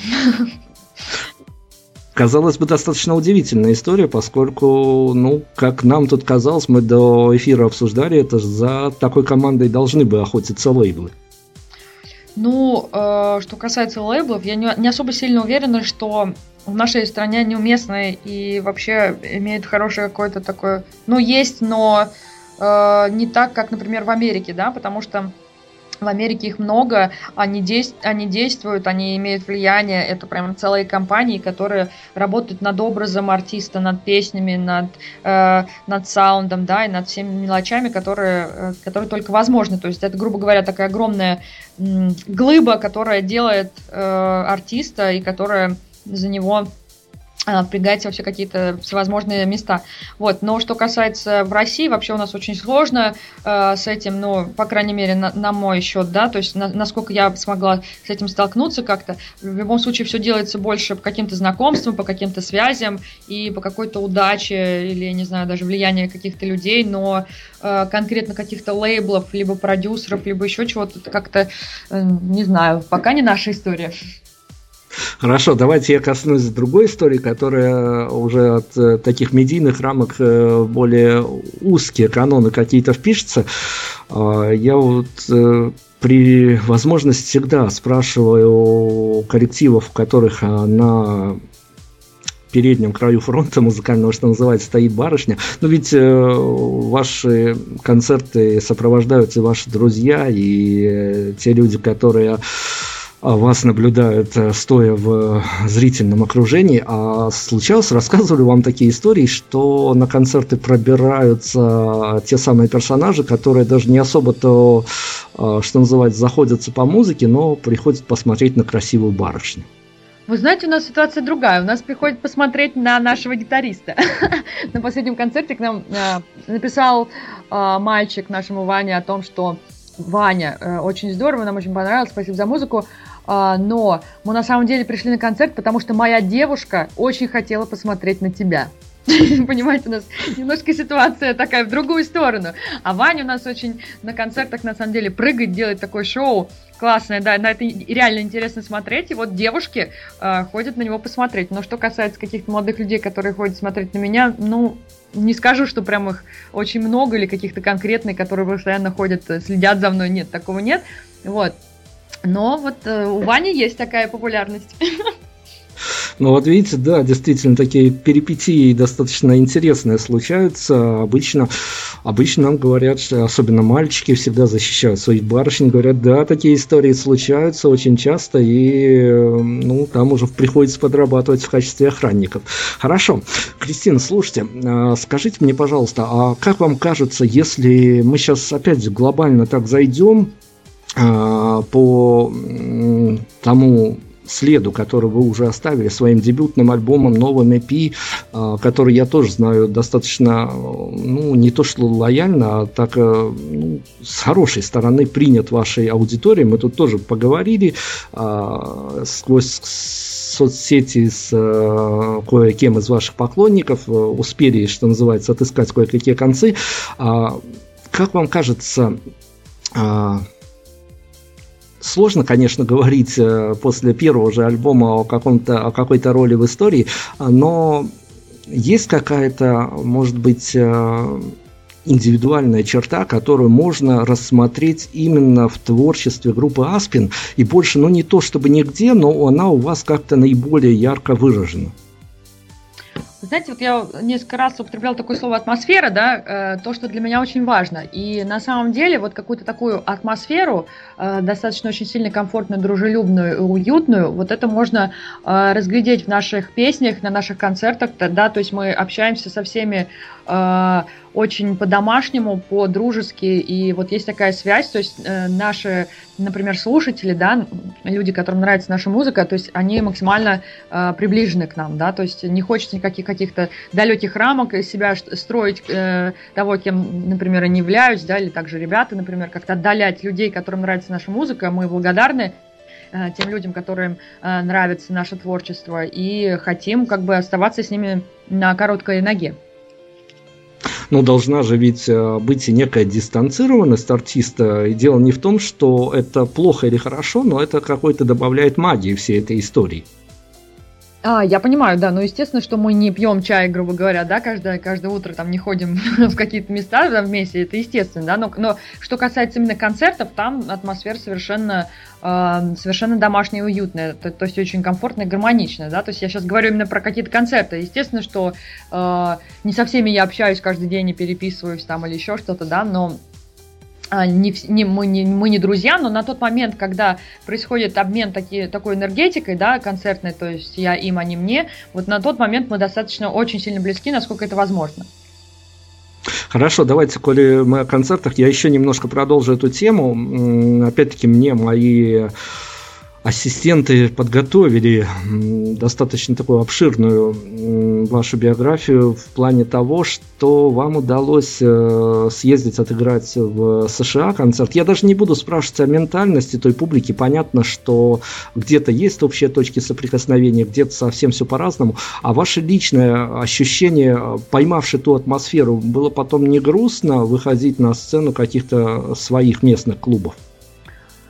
Казалось бы, достаточно удивительная история, поскольку, ну, как нам тут казалось, мы до эфира обсуждали это, за такой командой должны бы охотиться лейблы. Ну, что касается лейблов, я не особо сильно уверена, что в нашей стране они уместны и вообще имеют хорошее какое-то такое... Ну, есть, но не так, как, например, в Америке, да, потому что в Америке их много, они действуют, они имеют влияние, это прям целые компании, которые работают над образом артиста, над песнями, над саундом, да, и над всеми мелочами, которые только возможны. То есть это, грубо говоря, такая огромная глыба, которая делает артиста и которая за него впрягается во все какие-то всевозможные места. Вот. Но что касается в России, вообще у нас очень сложно с этим, ну, по крайней мере, на мой счет, да, то есть насколько я смогла с этим столкнуться как-то. В любом случае все делается больше по каким-то знакомствам, по каким-то связям и по какой-то удаче или, не знаю, даже влиянию каких-то людей, но конкретно каких-то лейблов, либо продюсеров, либо еще чего-то как-то, не знаю, пока не наша история. Хорошо, давайте я коснусь другой истории, которая уже от таких медийных рамок более узкие каноны какие-то впишется. Я вот при возможности всегда спрашиваю коллективов, в которых на переднем краю фронта музыкального, что называется, стоит барышня. Но ведь ваши концерты сопровождают и ваши друзья, и те люди, которые вас наблюдают, стоя в зрительном окружении. А случалось, рассказывали вам такие истории, что на концерты пробираются те самые персонажи, которые даже не особо-то, что называется, заходятся по музыке, но приходят посмотреть на красивую барышню? Вы знаете, у нас ситуация другая. У нас приходят посмотреть на нашего гитариста. На последнем концерте к нам написал мальчик нашему Ване о том, что Ваня, очень здорово, нам очень понравилось, спасибо за музыку, но мы на самом деле пришли на концерт, потому что моя девушка очень хотела посмотреть на тебя. Понимаете, у нас немножко ситуация такая в другую сторону. А Ваня у нас очень на концертах на самом деле прыгает, делает такое шоу классное, да, на это реально интересно смотреть. И вот девушки ходят на него посмотреть. Но что касается каких-то молодых людей, которые ходят смотреть на меня, ну, не скажу, что прям их очень много или каких-то конкретных, которые постоянно ходят, следят за мной. Нет, такого нет. Вот. Но вот у Вани есть такая популярность. Ну вот видите, да, действительно, такие перипетии достаточно интересные случаются. Обычно нам говорят, что особенно мальчики всегда защищают своих барышень, говорят, да, такие истории случаются очень часто, и ну, там уже приходится подрабатывать в качестве охранников. Хорошо. Кристина, слушайте, скажите мне, пожалуйста, а как вам кажется, если мы сейчас опять глобально так зайдем по тому следу, который вы уже оставили своим дебютным альбомом, новым EP, который я тоже знаю достаточно, ну, не то что лояльно, а так, ну, с хорошей стороны принят вашей аудиторией. Мы тут тоже поговорили сквозь соцсети с кое-кем из ваших поклонников, успели, что называется, отыскать кое-какие концы. Как вам кажется, сложно, конечно, говорить после первого же альбома о какой-то роли в истории, но есть какая-то, может быть, индивидуальная черта, которую можно рассмотреть именно в творчестве группы Аспин, и больше, ну, не то чтобы нигде, но она у вас как-то наиболее ярко выражена. Знаете, вот я несколько раз употребляла такое слово «атмосфера», да, то, что для меня очень важно. И на самом деле вот какую-то такую атмосферу, достаточно очень сильно комфортную, дружелюбную, уютную, вот это можно разглядеть в наших песнях, на наших концертах, да, то есть мы общаемся со всеми очень по-домашнему, по-дружески, и вот есть такая связь, то есть наши, например, слушатели, да, люди, которым нравится наша музыка, то есть они максимально приближены к нам, да, то есть не хочется никаких каких-то далеких рамок из себя строить того, кем, например, они являются, да, или также ребята, например, как-то отдалять людей, которым нравится наша музыка. Мы благодарны тем людям, которым нравится наше творчество, и хотим как бы оставаться с ними на короткой ноге. Ну, должна же ведь быть и некая дистанцированность артиста. И дело не в том, что это плохо или хорошо, но это какой-то добавляет магии всей этой истории. Я понимаю, да, но естественно, что мы не пьем чай, грубо говоря, да, каждое утро там не ходим в какие-то места там, вместе, это естественно, да, но что касается именно концертов, там атмосфера совершенно домашняя и уютная, то есть очень комфортная и гармоничная, да, то есть я сейчас говорю именно про какие-то концерты, естественно, что не со всеми я общаюсь каждый день и переписываюсь там или еще что-то, да, но мы не друзья, но на тот момент, когда происходит обмен такой энергетикой, да, концертной, то есть я им, они мне, вот на тот момент мы достаточно очень сильно близки, насколько это возможно. Хорошо, давайте, коли мы о концертах, я еще немножко продолжу эту тему. Опять-таки, мне мои ассистенты подготовили достаточно такую обширную вашу биографию в плане того, что вам удалось съездить, отыграть в США концерт. Я даже не буду спрашивать о ментальности той публики. Понятно, что где-то есть общие точки соприкосновения, где-то совсем все по-разному. А ваше личное ощущение, поймавши ту атмосферу, было потом не грустно выходить на сцену каких-то своих местных клубов?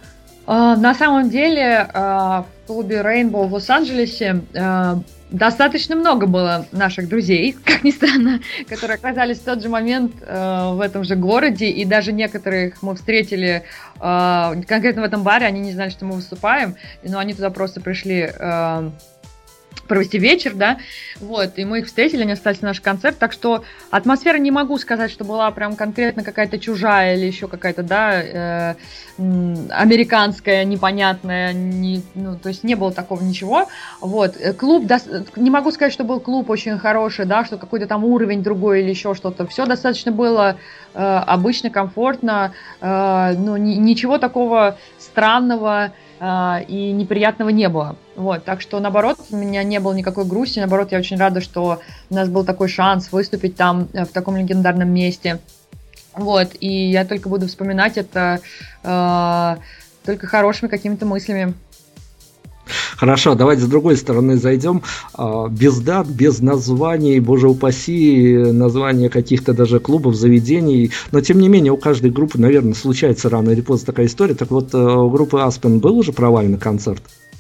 На самом деле в клубе Rainbow в Лос-Анджелесе достаточно много было наших друзей, как ни странно, которые оказались в тот же момент в этом же городе, и даже некоторых мы встретили конкретно в этом баре, они не знали, что мы выступаем, но они туда просто пришли провести вечер, да, вот, и мы их встретили, они остались на наш концерт, так что атмосфера, не могу сказать, что была прям конкретно какая-то чужая или еще какая-то, да, американская, непонятная, ну, то есть не было такого ничего, вот, клуб, не могу сказать, что был клуб очень хороший, да, что какой-то там уровень другой или еще что-то, все достаточно было обычно, комфортно, ну, ничего такого странного и неприятного не было. Вот, так что, наоборот, у меня не было никакой грусти, наоборот, я очень рада, что у нас был такой шанс выступить там, в таком легендарном месте. Вот, и я только буду вспоминать это только хорошими какими-то мыслями. Хорошо, давайте с другой стороны зайдем. Без дат, без названий, боже упаси, названия каких-то даже клубов, заведений. Но, тем не менее, у каждой группы, наверное, случается рано или поздно такая история. Так вот, у группы Aspen был уже провальный концерт?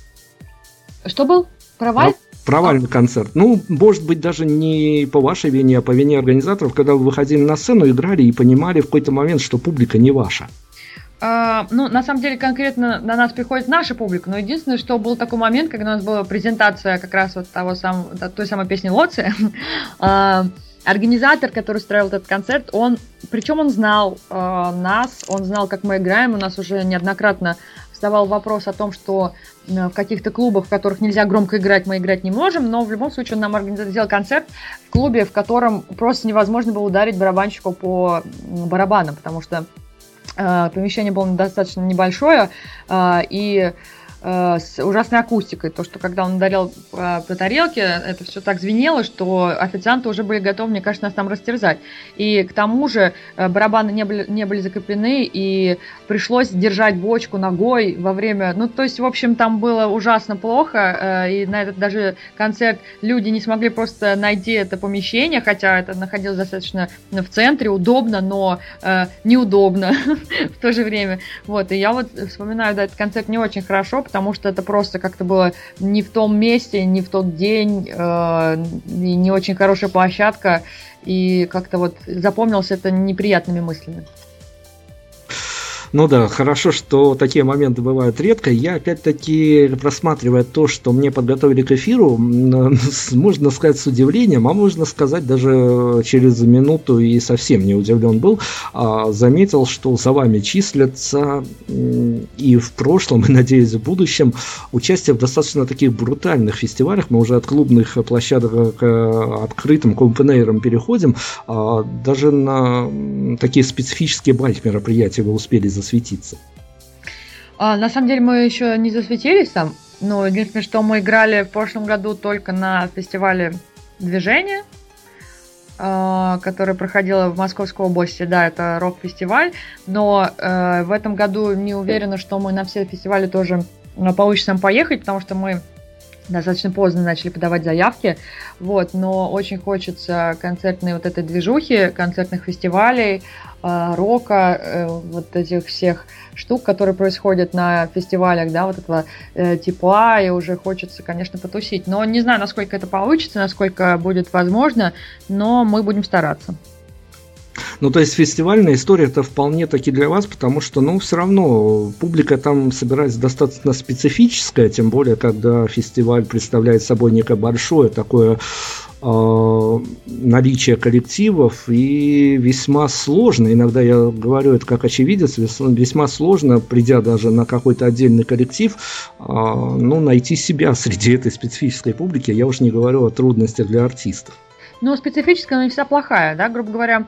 Что был? Провальный концерт. Ну, может быть, даже не по вашей вине, а по вине организаторов, когда вы выходили на сцену, играли и понимали в какой-то момент, что публика не ваша. Ну, на самом деле, конкретно на нас приходит наша публика, но единственное, что был такой момент, когда у нас была презентация как раз вот той самой песни «Лоци», организатор, который устроил этот концерт, он знал нас, он знал, как мы играем, у нас уже неоднократно вставал вопрос о том, что в каких-то клубах, в которых нельзя громко играть, мы играть не можем, но в любом случае он нам сделал концерт в клубе, в котором просто невозможно было ударить барабанщику по барабанам, потому что помещение было достаточно небольшое и с ужасной акустикой. То, что когда он ударил по тарелке, это все так звенело, что официанты уже были готовы, мне кажется, нас там растерзать. И к тому же барабаны не были закреплены, и пришлось держать бочку ногой во время... Ну, то есть, в общем, там было ужасно плохо, и на этот даже концерт люди не смогли просто найти это помещение, хотя это находилось достаточно в центре, удобно, но неудобно в то же время. Вот, и я вот вспоминаю, да, этот концерт не очень хорошо, потому что это просто как-то было не в том месте, не в тот день, и не очень хорошая площадка, и как-то вот запомнился это неприятными мыслями. Ну да, хорошо, что такие моменты бывают редко. Я опять-таки, просматривая то, что мне подготовили к эфиру, можно сказать с удивлением, а можно сказать даже через минуту и совсем не удивлен был, заметил, что за вами числятся и в прошлом, и, надеюсь, в будущем участие в достаточно таких брутальных фестивалях. Мы уже от клубных площадок к открытым, к open-air'ам переходим. Даже на такие специфические байк-мероприятия вы успели засветиться. На самом деле мы еще не засветились там, но единственное, что мы играли в прошлом году только на фестивале «Движение», который проходил в Московской области, да, это рок-фестиваль, но в этом году не уверена, что мы на все фестивали тоже получится нам поехать, потому что мы достаточно поздно начали подавать заявки, вот, но очень хочется концертной вот этой движухи, концертных фестивалей, рока, вот этих всех штук, которые происходят на фестивалях, да, вот этого тепла, и уже хочется, конечно, потусить. Но не знаю, насколько это получится, насколько будет возможно, но мы будем стараться. Ну, то есть фестивальная история это вполне таки для вас, потому что, ну, все равно публика там собирается достаточно специфическая, тем более, когда фестиваль представляет собой некое большое такое наличие коллективов, и весьма сложно, иногда я говорю это как очевидец, весьма сложно, придя даже на какой-то отдельный коллектив, ну, найти себя среди этой специфической публики, я уж не говорю о трудностях для артистов. Ну, специфическая, но не вся плохая, да, грубо говоря,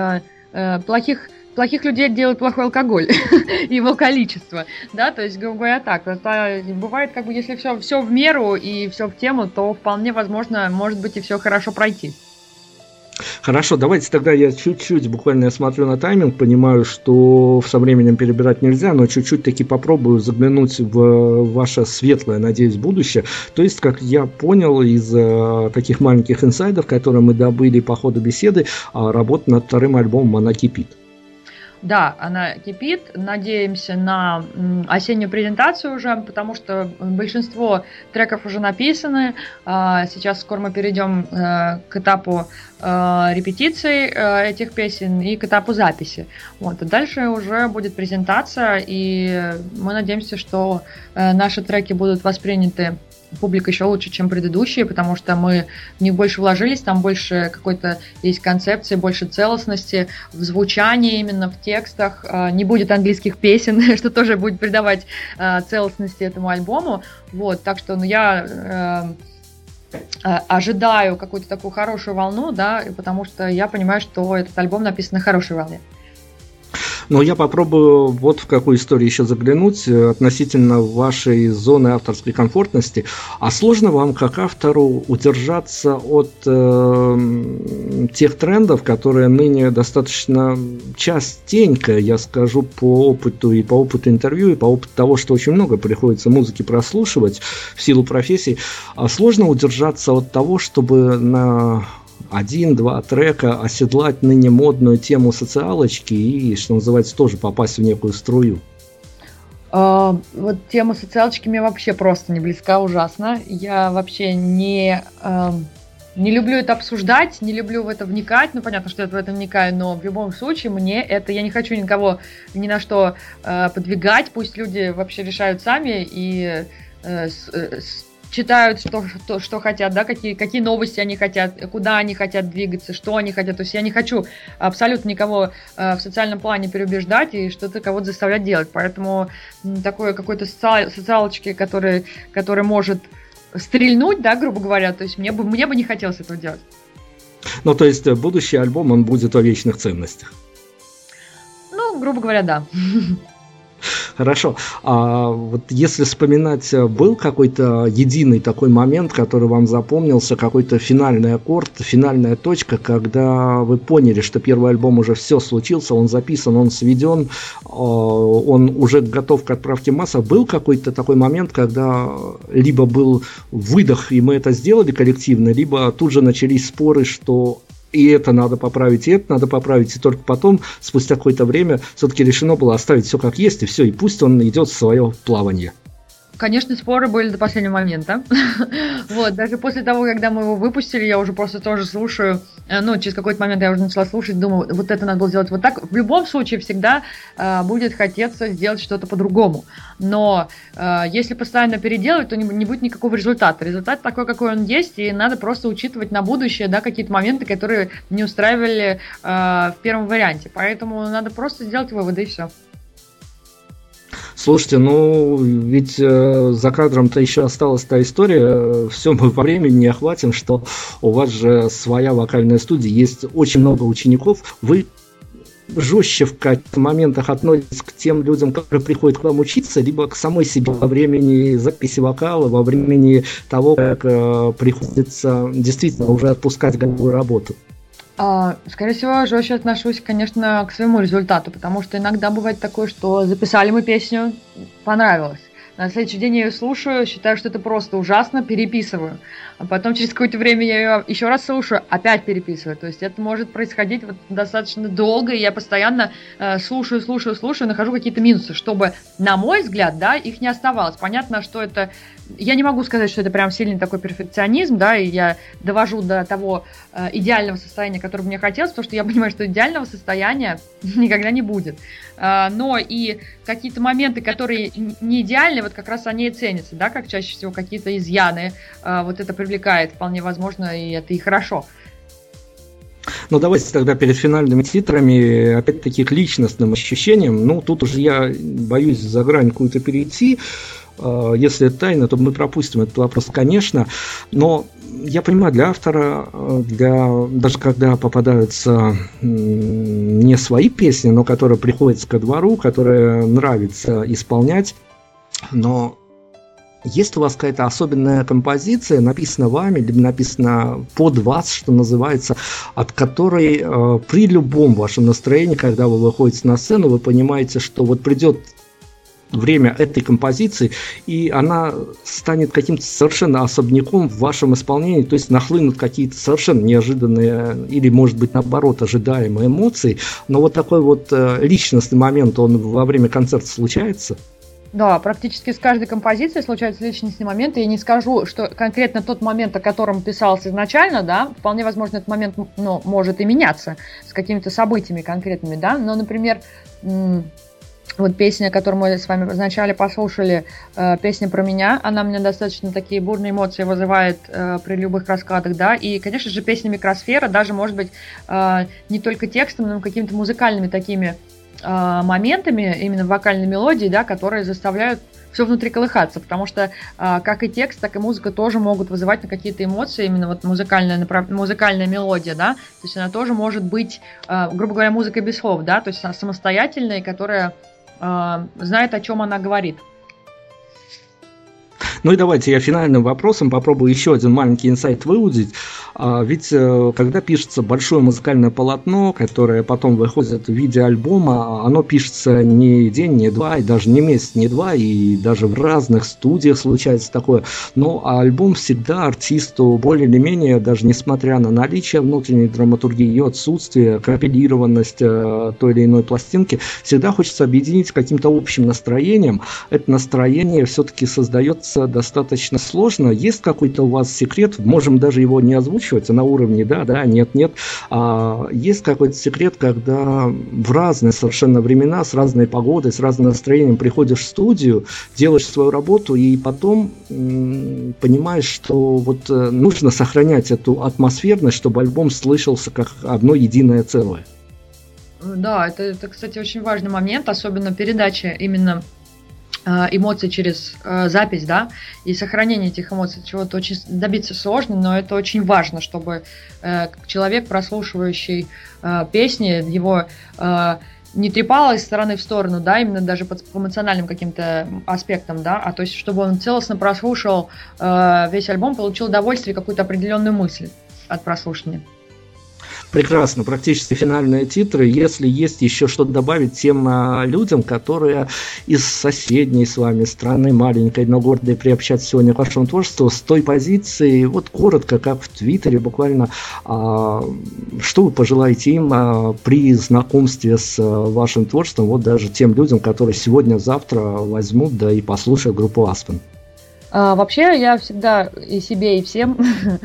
плохих людей делает плохой алкоголь и его количество, да, то есть, грубо говоря, так, это бывает, как бы, если все в меру и все в тему, то вполне возможно, может быть, и все хорошо пройти. Хорошо, давайте тогда я чуть-чуть, буквально я смотрю на тайминг, понимаю, что со временем перебирать нельзя, но чуть-чуть таки попробую заглянуть в ваше светлое, надеюсь, будущее. То есть, как я понял из таких маленьких инсайдов, которые мы добыли по ходу беседы, работа над вторым альбомом, она кипит. Да, она кипит. Надеемся на осеннюю презентацию уже, потому что большинство треков уже написаны. Сейчас скоро мы перейдем к этапу репетиции этих песен и к этапу записи. Вот. А дальше уже будет презентация, и мы надеемся, что наши треки будут восприняты публикой еще лучше, чем предыдущие, потому что мы в них больше вложились, там больше какой-то есть концепции, больше целостности в звучании, именно в текстах. Не будет английских песен, что тоже будет придавать целостности этому альбому. Вот, так что я ожидаю какую-то такую хорошую волну, да, потому что я понимаю, что этот альбом написан на хорошей волне. Но я попробую вот в какую историю еще заглянуть относительно вашей зоны авторской комфортности. А сложно вам, как автору, удержаться от тех трендов, которые ныне достаточно частенько, я скажу, по опыту интервью, и по опыту того, что очень много приходится музыки прослушивать в силу профессии, сложно удержаться от того, чтобы на 1-2 трека оседлать ныне модную тему социалочки и, что называется, тоже попасть в некую струю? Вот тема социалочки мне вообще просто не близка, ужасно. Я вообще не люблю это обсуждать, не люблю в это вникать. Ну, понятно, что я в это вникаю, но в любом случае я не хочу никого ни на что подвигать. Пусть люди вообще решают сами и читают, что хотят, да, какие новости они хотят, куда они хотят двигаться, что они хотят. То есть я не хочу абсолютно никого в социальном плане переубеждать и что-то кого-то заставлять делать. Поэтому такой какой-то социалочки, который может стрельнуть, да, грубо говоря, то есть мне бы не хотелось этого делать. Ну, то есть будущий альбом, он будет о вечных ценностях? Ну, грубо говоря, да. Хорошо. А вот если вспоминать, был какой-то единый такой момент, который вам запомнился, какой-то финальный аккорд, финальная точка, когда вы поняли, что первый альбом уже все случился, он записан, он сведен, он уже готов к отправке в массы. Был какой-то такой момент, когда либо был выдох, и мы это сделали коллективно, либо тут же начались споры, что и это надо поправить, и это надо поправить, и только потом, спустя какое-то время, все-таки решено было оставить все как есть, и все, и пусть он идет в свое плавание. Конечно, споры были до последнего момента. Вот, даже после того, когда мы его выпустили, я уже просто тоже слушаю. Ну, через какой-то момент я уже начала слушать, думаю, вот это надо было сделать вот так. В любом случае всегда будет хотеться сделать что-то по-другому. Но если постоянно переделывать, то не будет никакого результата. Результат такой, какой он есть, и надо просто учитывать на будущее, да, какие-то моменты, которые не устраивали в первом варианте. Поэтому надо просто сделать выводы, и все. Слушайте, ну ведь за кадром-то еще осталась та история, все мы по времени не охватим, что у вас же своя вокальная студия, есть очень много учеников. Вы жестче в каких-то моментах относитесь к тем людям, которые приходят к вам учиться, либо к самой себе во времени записи вокала, во времени того, как приходится действительно уже отпускать готовую работу? Скорее всего, жестче отношусь, конечно, к своему результату, потому что иногда бывает такое, что записали мы песню, понравилось. На следующий день я ее слушаю, считаю, что это просто ужасно, переписываю. А потом через какое-то время я ее еще раз слушаю, опять переписываю. То есть это может происходить вот достаточно долго, и я постоянно слушаю, нахожу какие-то минусы, чтобы, на мой взгляд, да, их не оставалось. Понятно, что это... Я не могу сказать, что это прям сильный такой перфекционизм, да, и я довожу до того идеального состояния, которое бы мне хотелось, потому что я понимаю, что идеального состояния никогда не будет. Но и какие-то моменты, которые не идеальны, вот как раз они и ценятся, да, как чаще всего какие-то изъяны, вот это привлекает, вполне возможно, и это и хорошо. Ну, давайте тогда перед финальными титрами опять-таки к личностным ощущениям. Ну, тут уже я боюсь за грань какую-то перейти. Если это тайна, то мы пропустим этот вопрос, конечно. Но я понимаю, для автора, даже когда попадаются не свои песни, но которые приходятся ко двору, которые нравится исполнять, но есть у вас какая-то особенная композиция, написана вами, либо написана под вас, что называется, от которой при любом вашем настроении, когда вы выходите на сцену, вы понимаете, что вот придет время этой композиции, и она станет каким-то совершенно особняком в вашем исполнении, то есть нахлынут какие-то совершенно неожиданные или, может быть, наоборот, ожидаемые эмоции, но вот такой вот личностный момент, он во время концерта случается? Да, практически с каждой композицией случаются личностные моменты. Я не скажу, что конкретно тот момент, о котором писался изначально, да, вполне возможно, этот момент, ну, может и меняться с какими-то событиями конкретными, да, но, например, вот песня, которую мы с вами вначале послушали, песня про меня, она мне достаточно такие бурные эмоции вызывает при любых раскладах, да, и, конечно же, песня «Микросфера» даже, может быть, не только текстом, но и какими-то музыкальными такими моментами, именно вокальной мелодии, да, которые заставляют все внутри колыхаться, потому что как и текст, так и музыка тоже могут вызывать на какие-то эмоции, именно вот музыкальная мелодия, да, то есть она тоже может быть, грубо говоря, музыкой без слов, да, то есть она самостоятельная, которая знает, о чем она говорит. Ну и давайте я финальным вопросом попробую еще один маленький инсайт выудить. Ведь когда пишется большое музыкальное полотно, которое потом выходит в виде альбома, оно пишется не день, не два, и даже не месяц, не два, и даже в разных студиях случается такое. Но альбом всегда артисту более или менее, даже несмотря на наличие внутренней драматургии, ее отсутствие, компилированность той или иной пластинки, всегда хочется объединить каким-то общим настроением. Это настроение все-таки создается достаточно сложно. Есть какой-то у вас секрет? Можем даже его не озвучивать, а на уровне да, нет. Есть какой-то секрет, когда в разные совершенно времена, с разной погодой, с разным настроением приходишь в студию, делаешь свою работу и потом понимаешь, что вот нужно сохранять эту атмосферность, чтобы альбом слышался как одно единое целое. Да, это, кстати, очень важный момент, особенно передача именно эмоций через запись, да, и сохранение этих эмоций, чего-то очень добиться сложно, но это очень важно, чтобы человек, прослушивающий песни, его не трепало из стороны в сторону, да, именно даже по эмоциональным каким-то аспектам, да, а то есть, чтобы он целостно прослушал весь альбом, получил удовольствие, какую-то определенную мысль от прослушивания. Прекрасно, практически финальные титры. Если есть еще что-то добавить тем людям, которые из соседней с вами страны, маленькой, но гордой, приобщаться сегодня к вашему творчеству, с той позиции, вот коротко, как в Твиттере, буквально, что вы пожелаете им при знакомстве с вашим творчеством, вот даже тем людям, которые сегодня-завтра возьмут, да и послушают группу Aspen? Вообще, я всегда и себе, и всем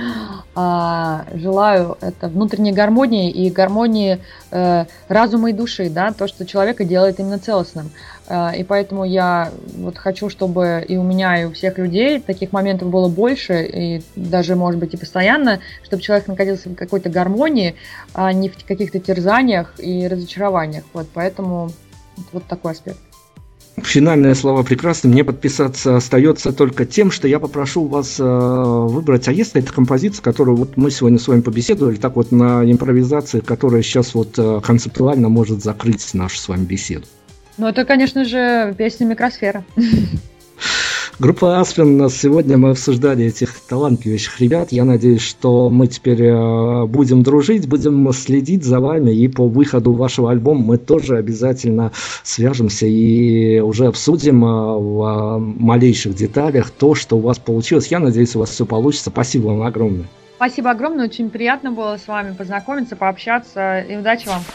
желаю это внутренней гармонии и гармонии разума и души, да, то, что человека делает именно целостным. И поэтому я вот хочу, чтобы и у меня, и у всех людей таких моментов было больше, и даже, может быть, и постоянно, чтобы человек находился в какой-то гармонии, а не в каких-то терзаниях и разочарованиях. Вот поэтому вот такой аспект. Финальные слова прекрасны. Мне подписаться остается только тем, что я попрошу вас выбрать, а есть ли эта композиция, которую вот мы сегодня с вами побеседовали, так вот на импровизации, которая сейчас вот концептуально может закрыть нашу с вами беседу? Ну, это, конечно же, песня «Микросфера». Группа Aspen, сегодня мы обсуждали этих талантливейших ребят. Я надеюсь, что мы теперь будем дружить, будем следить за вами, и по выходу вашего альбома мы тоже обязательно свяжемся и уже обсудим в малейших деталях то, что у вас получилось. Я надеюсь, у вас все получится. Спасибо вам огромное. Спасибо огромное, очень приятно было с вами познакомиться, пообщаться, и удачи вам.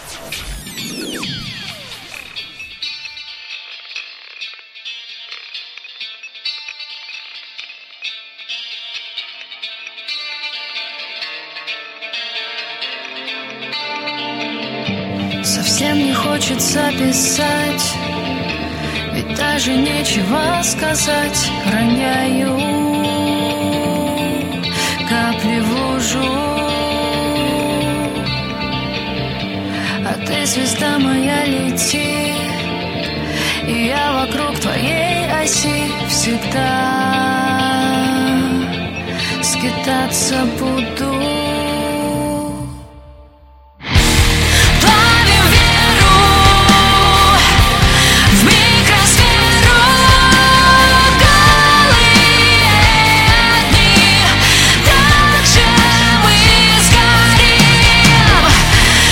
Совсем не хочется писать, ведь даже нечего сказать. Роняю капли в лужу, а ты, звезда моя, лети, и я вокруг твоей оси всегда скитаться буду.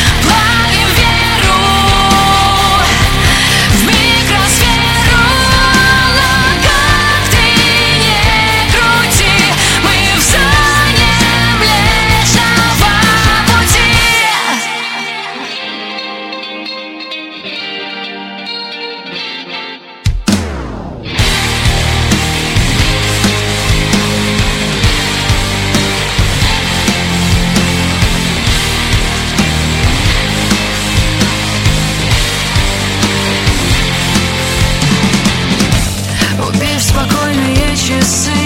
Микросферу часы.